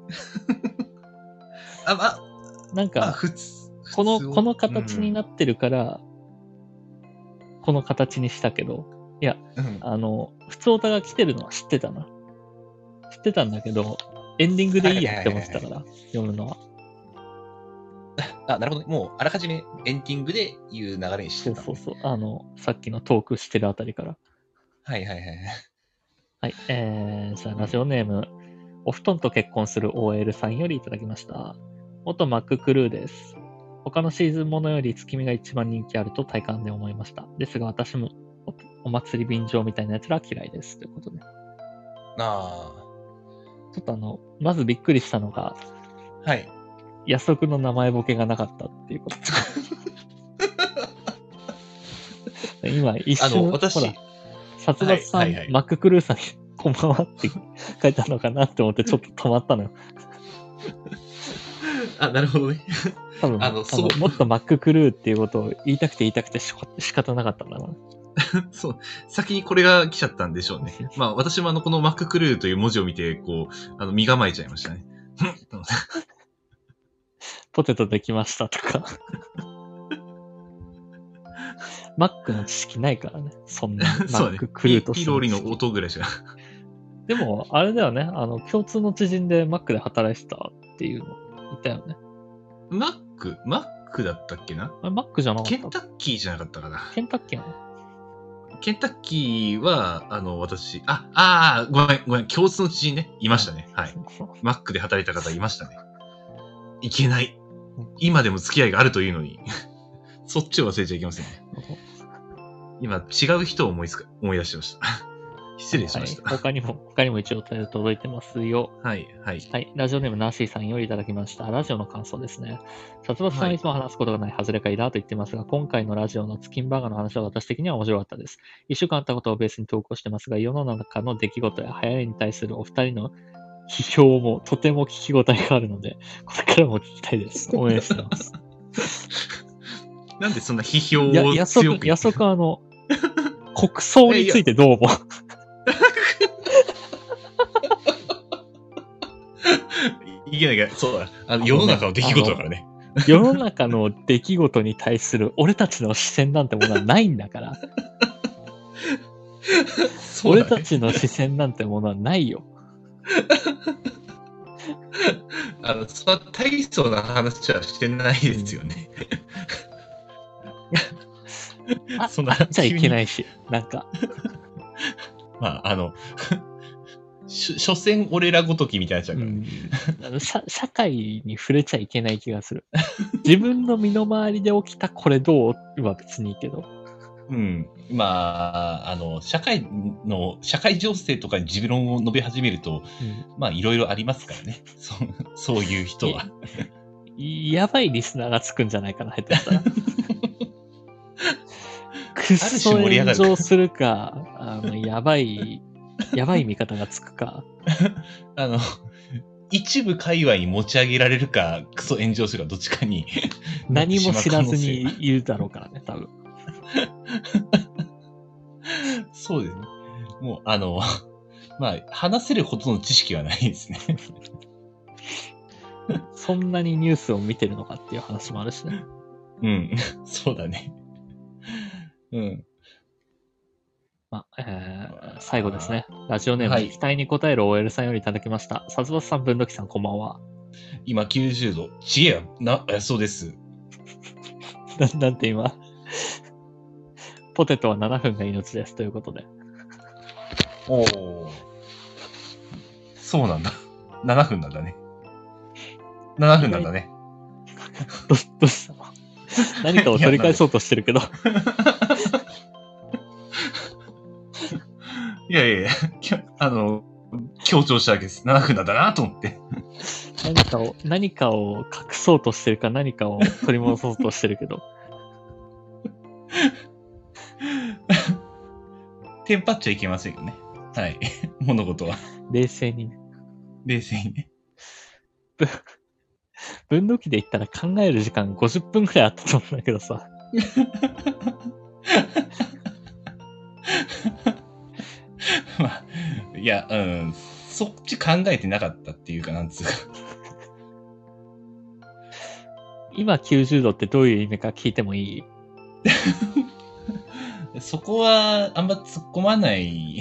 あ、まあ、 なんか、まあ、普通この、この形になってるから、うん、この形にしたけど、いや、うん、あの、普通オタが来てるのは知ってたな。知ってたんだけど、エンディングでいいやって思ってたから、読むのは。 あ、なるほど。もう、あらかじめエンディングで言う流れにしてた、ね。 そうそうそう。あの、さっきのトークしてるあたりから。 はいはいはい。 はい。えー、じゃあ、ラジオネーム、お布団と結婚する オーエル さんよりいただきました。元マッククルーです。他のシーズンものより月見が一番人気あると体感で思いました。ですが、私もお, お祭り便乗みたいなやつらは嫌いです。ということで。 ああ。 ちょっとあの、まずびっくりしたのが、 はい。 安岡の名前ボケがなかったっていうこと。今、一瞬、あの私ほら、殺伐さん、はいはいはい、マッククルーさんにこんばんはって書いてあるのかなって思ってちょっと止まったのよ。 あ、なるほどね。 多分、あのそうもっとマッククルーっていうことを言いたくて言いたくてし仕方なかったんだな。 そう。先にこれが来ちゃったんでしょうね。まあ私もあの、このマッククルーという文字を見て、こう、あの、身構えちゃいましたね。 ポテトできましたとか。マックの知識ないからね。そんなマッククルーとして。ピロリの音ぐらいしか。 でも、あれだよね。あの、共通の知人でマックで働いてたっていうのいたよね。 マックマックだったっけなあれマックじゃなかったケンタッキーじゃなかったかなケンタッキーなのケンタッキーは、あの、私、あ、ああ、ごめん、ごめん、共通の知人ね、いましたね。はい。マックで働いた方いましたね。いけない。今でも付き合いがあるというのに、そっちを忘れちゃいけませんね。今、違う人を思いつか、思い出しました。失礼しました。 はい、他にも、他にも一応届いてますよ。 はい、はい。 はい。ラジオネームナーシーさんよりいただきました。ラジオの感想ですね。殺伐さんはいつも話すことがないハズレ会だと言ってますが、今回のラジオのツキンバーガーの話は私的には面白かったです。一週間あったことをベースに投稿してますが、世の中の出来事や流行りに対するお二人の批評もとても聞き応えがあるので、これからも聞きたいです。応援してます。 なんでそんな批評を強くやそくあの、国葬についてどう思ういけないけない。そうだ。あの世の中の出来事だからね。 世の中の出来事に対する俺たちの視線なんてものはないんだから。ね、俺たちの視線なんてものはないよ。 あの、そんな大層な話はしてないですよね。 あ、そんなあっちゃいけないし、なんか。 まあ、あの、し、所詮俺らごときみたいなやつだから、ね、 うん、社。社会に触れちゃいけない気がする。自分の身の回りで起きたこれどうは別にいいけど。 うん。まあ、あの、社会の、社会情勢とかに自論を述べ始めると、うん、まあ、いろいろありますからね。そう、そういう人は。 やばいリスナーがつくんじゃないかな、下手したら。くっそ炎上するか、あの、やばい、やばい見方がつくか。 あの、一部界隈に持ち上げられるか、クソ炎上するか、どっちかに。 何も知らずにいるだろうからね、多分。 そうですね。もう、あの、まあ、話せるほどの知識はないですね。 そんなにニュースを見てるのかっていう話もあるしね。 うん、そうだね。うん。 まあ、えー、最後ですね。ラジオネーム、はい、期待に応える オーエル さんよりいただきました。殺伐さん、文土器さん、こんばんは。 今きゅうじゅうど。ちげえや。な、そうです。 ななんて今、ポテトはななふんが命ですということで。 おお。そうなんだ。ななふんなんだね。ななふんなんだね。 ど、どうしたの？何かを取り返そうとしてるけど。 いやいやいや、あの、強調したわけです。ななふんなんだなと思って。 何かを、何かを隠そうとしてるか何かを取り戻そうとしてるけど。 テンパっちゃいけませんよね。はい。物事は。 冷静にね。 冷静にね。 分度器で言ったら考える時間ごじゅっぷんくらいあったと思うんだけどさ。 まあ、いや、うん、そっち考えてなかったっていうかなんつうか。 今きゅうじゅうどってどういう意味か聞いてもいい？ そこはあんま突っ込まない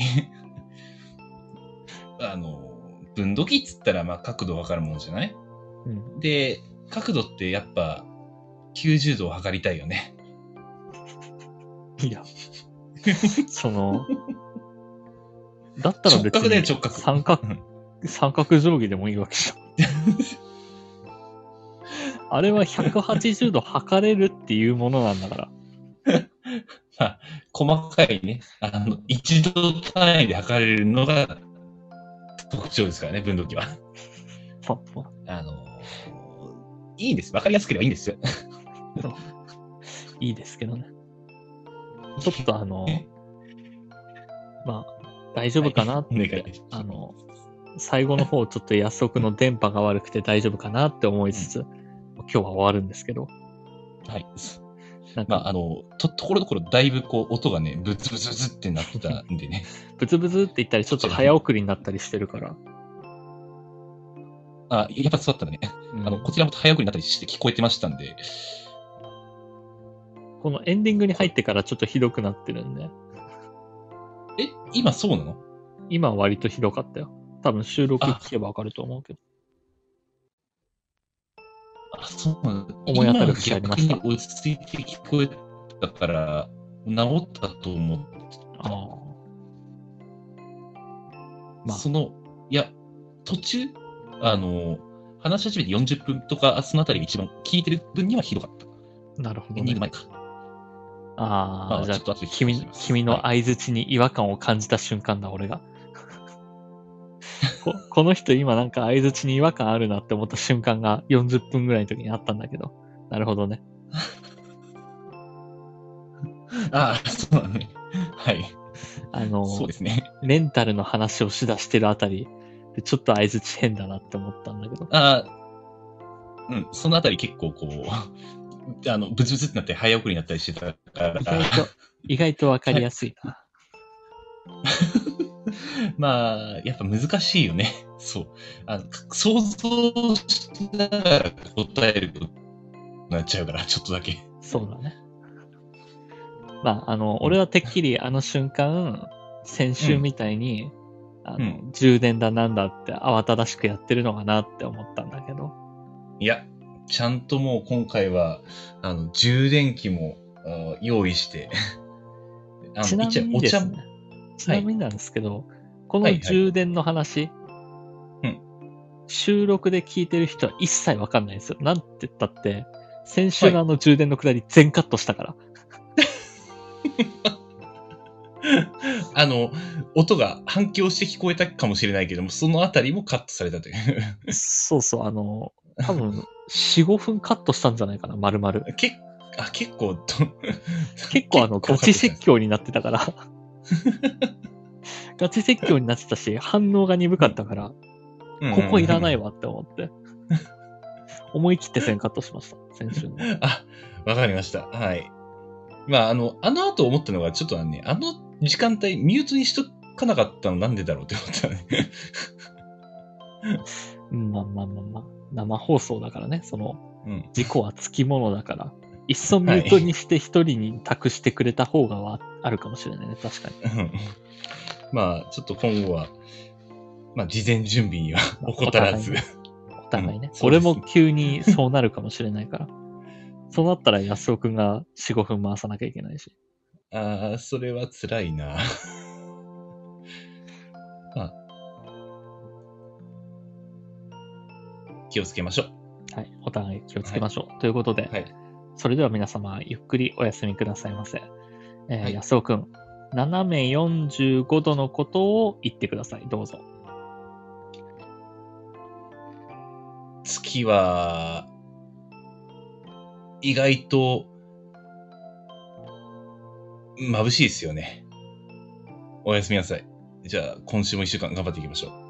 あの分度器っつったらまあ角度わかるものじゃない、うん、で角度ってやっぱきゅうじゅうどを測りたいよね。 いやそのだったら別に直角だよ直角。 三角三角定規でもいいわけじゃん。あれはひゃくはちじゅうど測れるっていうものなんだから。 まあ、細かいね、あの、一度単位で測れるのが特徴ですからね、分度器は。あの、いいんです。わかりやすければいいんですよ。 いいですけどね。ちょっとあの、まあ、大丈夫かなって、はい、あの、最後の方ちょっと安岡の電波が悪くて大丈夫かなって思いつつ、うん、今日は終わるんですけど。 はい。まあ、あの、と、ところどころだいぶこう、音がね、ブツブツブツってなってたんでね。 ブツブツって言ったり、ちょっと早送りになったりしてるから。 あ、やっぱそうだったね。うん、あの、こちらも早送りになったりして聞こえてましたんで。 このエンディングに入ってからちょっとひどくなってるんで。 え、今そうなの？ 今は割とひどかったよ。多分収録聞けばわかると思うけど。 あ、そうなんだ。 思い当たる節ありました。 逆に落ち着いて聞こえたから、治ったと思って。ああ。まあ。その、いや、途中、あの、話し始めてよんじゅっぷんとか、そのあたりが一番聞いてる分にはひどかった。 なるほど、ね。 エンディング前か。 ああ、まあ、じゃあ、君、君の相づちに違和感を感じた瞬間だ、俺が。こ, この人今なんか相づちに違和感あるなって思った瞬間がよんじゅっぷんぐらいの時にあったんだけど。なるほどね。 ああ、そうだね。はい。 あの、 そうですね。 レンタルの話をしだしてるあたりでちょっと相づち変だなって思ったんだけど。 ああ、うん、そのあたり結構こう、あの、ブツブツってなって早送りになったりしてたから。 意外と、意外とわかりやすいな。 まあ、やっぱ難しいよね。そう。あの、想像しながら答えることになっちゃうから、ちょっとだけ。 そうだね。まあ、あの、俺はてっきりあの瞬間、先週みたいに、うん、あの、うん、充電だなんだって慌ただしくやってるのかなって思ったんだけど。 いや、ちゃんともう今回は、あの、充電器も用意して、 あのちなみにですね、ちなみになんですけど、はい、この充電の話、はいはい、収録で聞いてる人は一切わかんないんですよ。なんて言ったって、先週のあの充電のくだり全カットしたから。はいあの、音が反響して聞こえたかもしれないけども、そのあたりもカットされたという。 そうそう、あの、多分、よん、ごふんカットしたんじゃないかな、丸々。 けあ結構と、 結構あの、ガチ説教になってたから。ガチ説教になってたし、反応が鈍かったから、うん、ここいらないわって思って。思い切って全カットしました、先週の。 あ、わかりました。はい。まあ、あの、あの後思ったのが、ちょっとね、あの時間帯、ミュートにしとかなかったのなんでだろうって思ったね。 まあまあまあまあ、生放送だからね、その、うん、事故はつきものだから、いっそミュートにして一人に託してくれた方がはあるかもしれないね、確かに。 まあ、ちょっと今後は、まあ、事前準備には怠らず。 お互いね。お互いね、うん。俺も急にそうなるかもしれないから。 そうなったら安尾くんがよん、ごふん回さなきゃいけないし。 ああ、それは辛いな。まあ、気をつけましょう。 はい。お互い気をつけましょう。はい、ということで、 はい、 それでは皆様、ゆっくりお休みくださいませ。えーはい、安尾くん、斜めよんじゅうごどのことを言ってください。どうぞ。 月は、意外と、眩しいですよね。おやすみなさい。じゃあ、今週も一週間頑張っていきましょう。